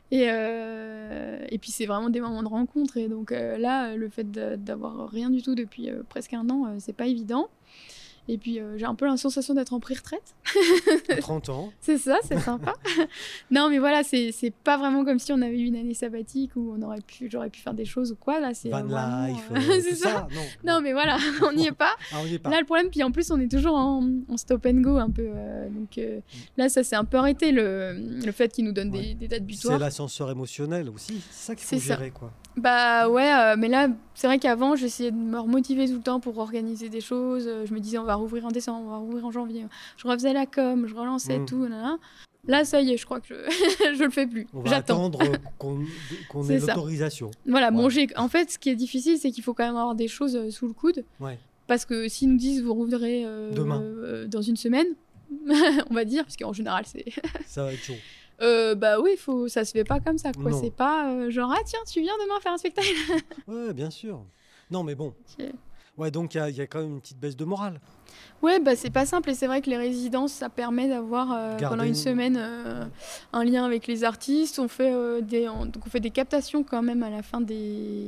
Et puis, c'est vraiment des moments de rencontre. Et donc, là, le fait d'avoir rien du tout depuis presque un an, c'est pas évident. Et puis, j'ai un peu la sensation d'être en pré-retraite. 30 ans. C'est ça, c'est sympa. Non, mais voilà, c'est pas vraiment comme si on avait eu une année sabbatique où j'aurais pu faire des choses ou quoi. Là, c'est Van vraiment, life, c'est tout ça. Non, mais voilà, on n'y est pas. On n'y est pas. Là, le problème, puis en plus, on est toujours en stop and go un peu. Donc là, ça s'est un peu arrêté, le fait qu'ils nous donnent des dates butoirs. C'est l'ascenseur émotionnel aussi. C'est ça qu'il faut gérer, quoi. Ouais, mais là, c'est vrai qu'avant, j'essayais de me remotiver tout le temps pour organiser des choses. Je me disais, on va rouvrir en décembre, on va rouvrir en janvier. Je refaisais la com, je relançais tout. Là, ça y est, je crois que je le fais plus. On va J'attends. attendre qu'on ait l'autorisation. Voilà, bon, en fait, ce qui est difficile, c'est qu'il faut quand même avoir des choses sous le coude. Ouais. Parce que s'ils nous disent vous rouvrirez dans une semaine, on va dire, parce qu'en général, ça va être chaud. Bah oui, ça se fait pas comme ça, quoi. C'est pas genre, ah tiens, tu viens demain faire un spectacle. Ouais, bien sûr. Non, mais bon. Ouais, donc il y a quand même une petite baisse de morale. Ouais, bah c'est pas simple, et c'est vrai que les résidences, ça permet d'avoir pendant une semaine un lien avec les artistes. On fait des captations quand même à la fin des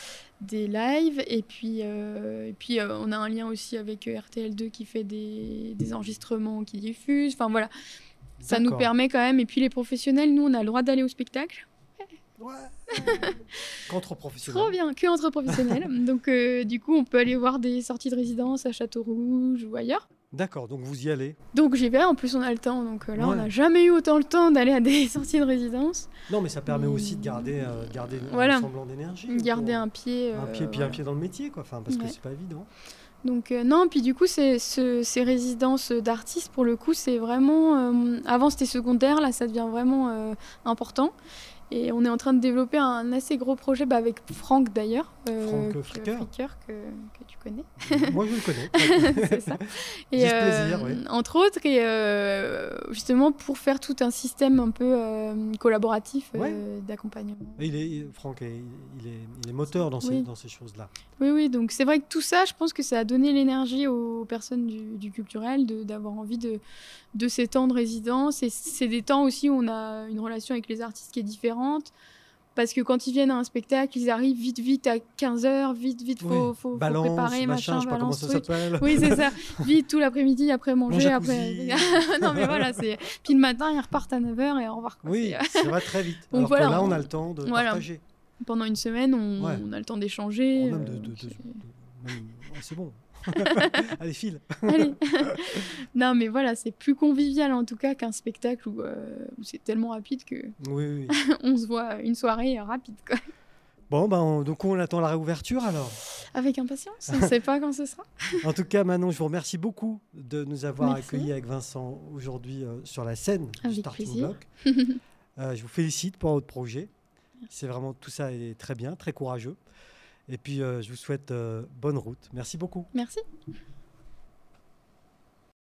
lives, et puis on a un lien aussi avec RTL2 qui fait des enregistrements, qui diffuse. Enfin voilà, ça nous permet quand même. Et puis les professionnels, nous on a le droit d'aller au spectacle. Ouais. Qu'entre professionnels. Trop bien, que entre professionnels. Donc du coup, on peut aller voir des sorties de résidence à Château-Rouge ou ailleurs. D'accord, donc vous y allez. Donc j'y vais, en plus on a le temps. Donc là, on n'a jamais eu autant le temps d'aller à des sorties de résidence. Non, mais ça permet aussi de garder un semblant d'énergie. Garder un pied. Puis un pied dans le métier, quoi. Enfin, parce que c'est pas évident. Donc non, puis du coup, ces résidences d'artistes, pour le coup, c'est vraiment... avant, c'était secondaire, là, ça devient vraiment important. Et on est en train de développer un assez gros projet avec Franck d'ailleurs. Franck Fricker que tu connais. Moi je le connais. C'est ça. Et juste plaisir, oui. Entre autres, et justement pour faire tout un système un peu collaboratif d'accompagnement. Franck, il est moteur dans ces choses-là. Oui, donc c'est vrai que tout ça, je pense que ça a donné l'énergie aux personnes du culturel d'avoir envie de ces temps de résidence. Et c'est des temps aussi où on a une relation avec les artistes qui est différente. Parce que quand ils viennent à un spectacle, ils arrivent vite à 15h, vite, faut préparer, machin, je sais pas comment ça s'appelle. Oui, c'est ça. Vite, tout l'après-midi, après manger, après... Non, mais voilà, Puis le matin, ils repartent à 9h et au revoir. Oui, ça va très vite. Donc, alors que là, on a le temps de partager. Pendant une semaine, on a le temps d'échanger. C'est bon. Allez, file. Allez. Non, mais voilà, c'est plus convivial en tout cas qu'un spectacle où c'est tellement rapide que on se voit une soirée rapide, quoi. Bon, donc on attend la réouverture alors. Avec impatience, on ne sait pas quand ce sera. En tout cas, Manon, je vous remercie beaucoup de nous avoir accueillis avec Vincent aujourd'hui sur la scène du Starting Block. Je vous félicite pour votre projet. C'est vraiment, tout ça est très bien, très courageux. Et puis, je vous souhaite bonne route. Merci beaucoup. Merci.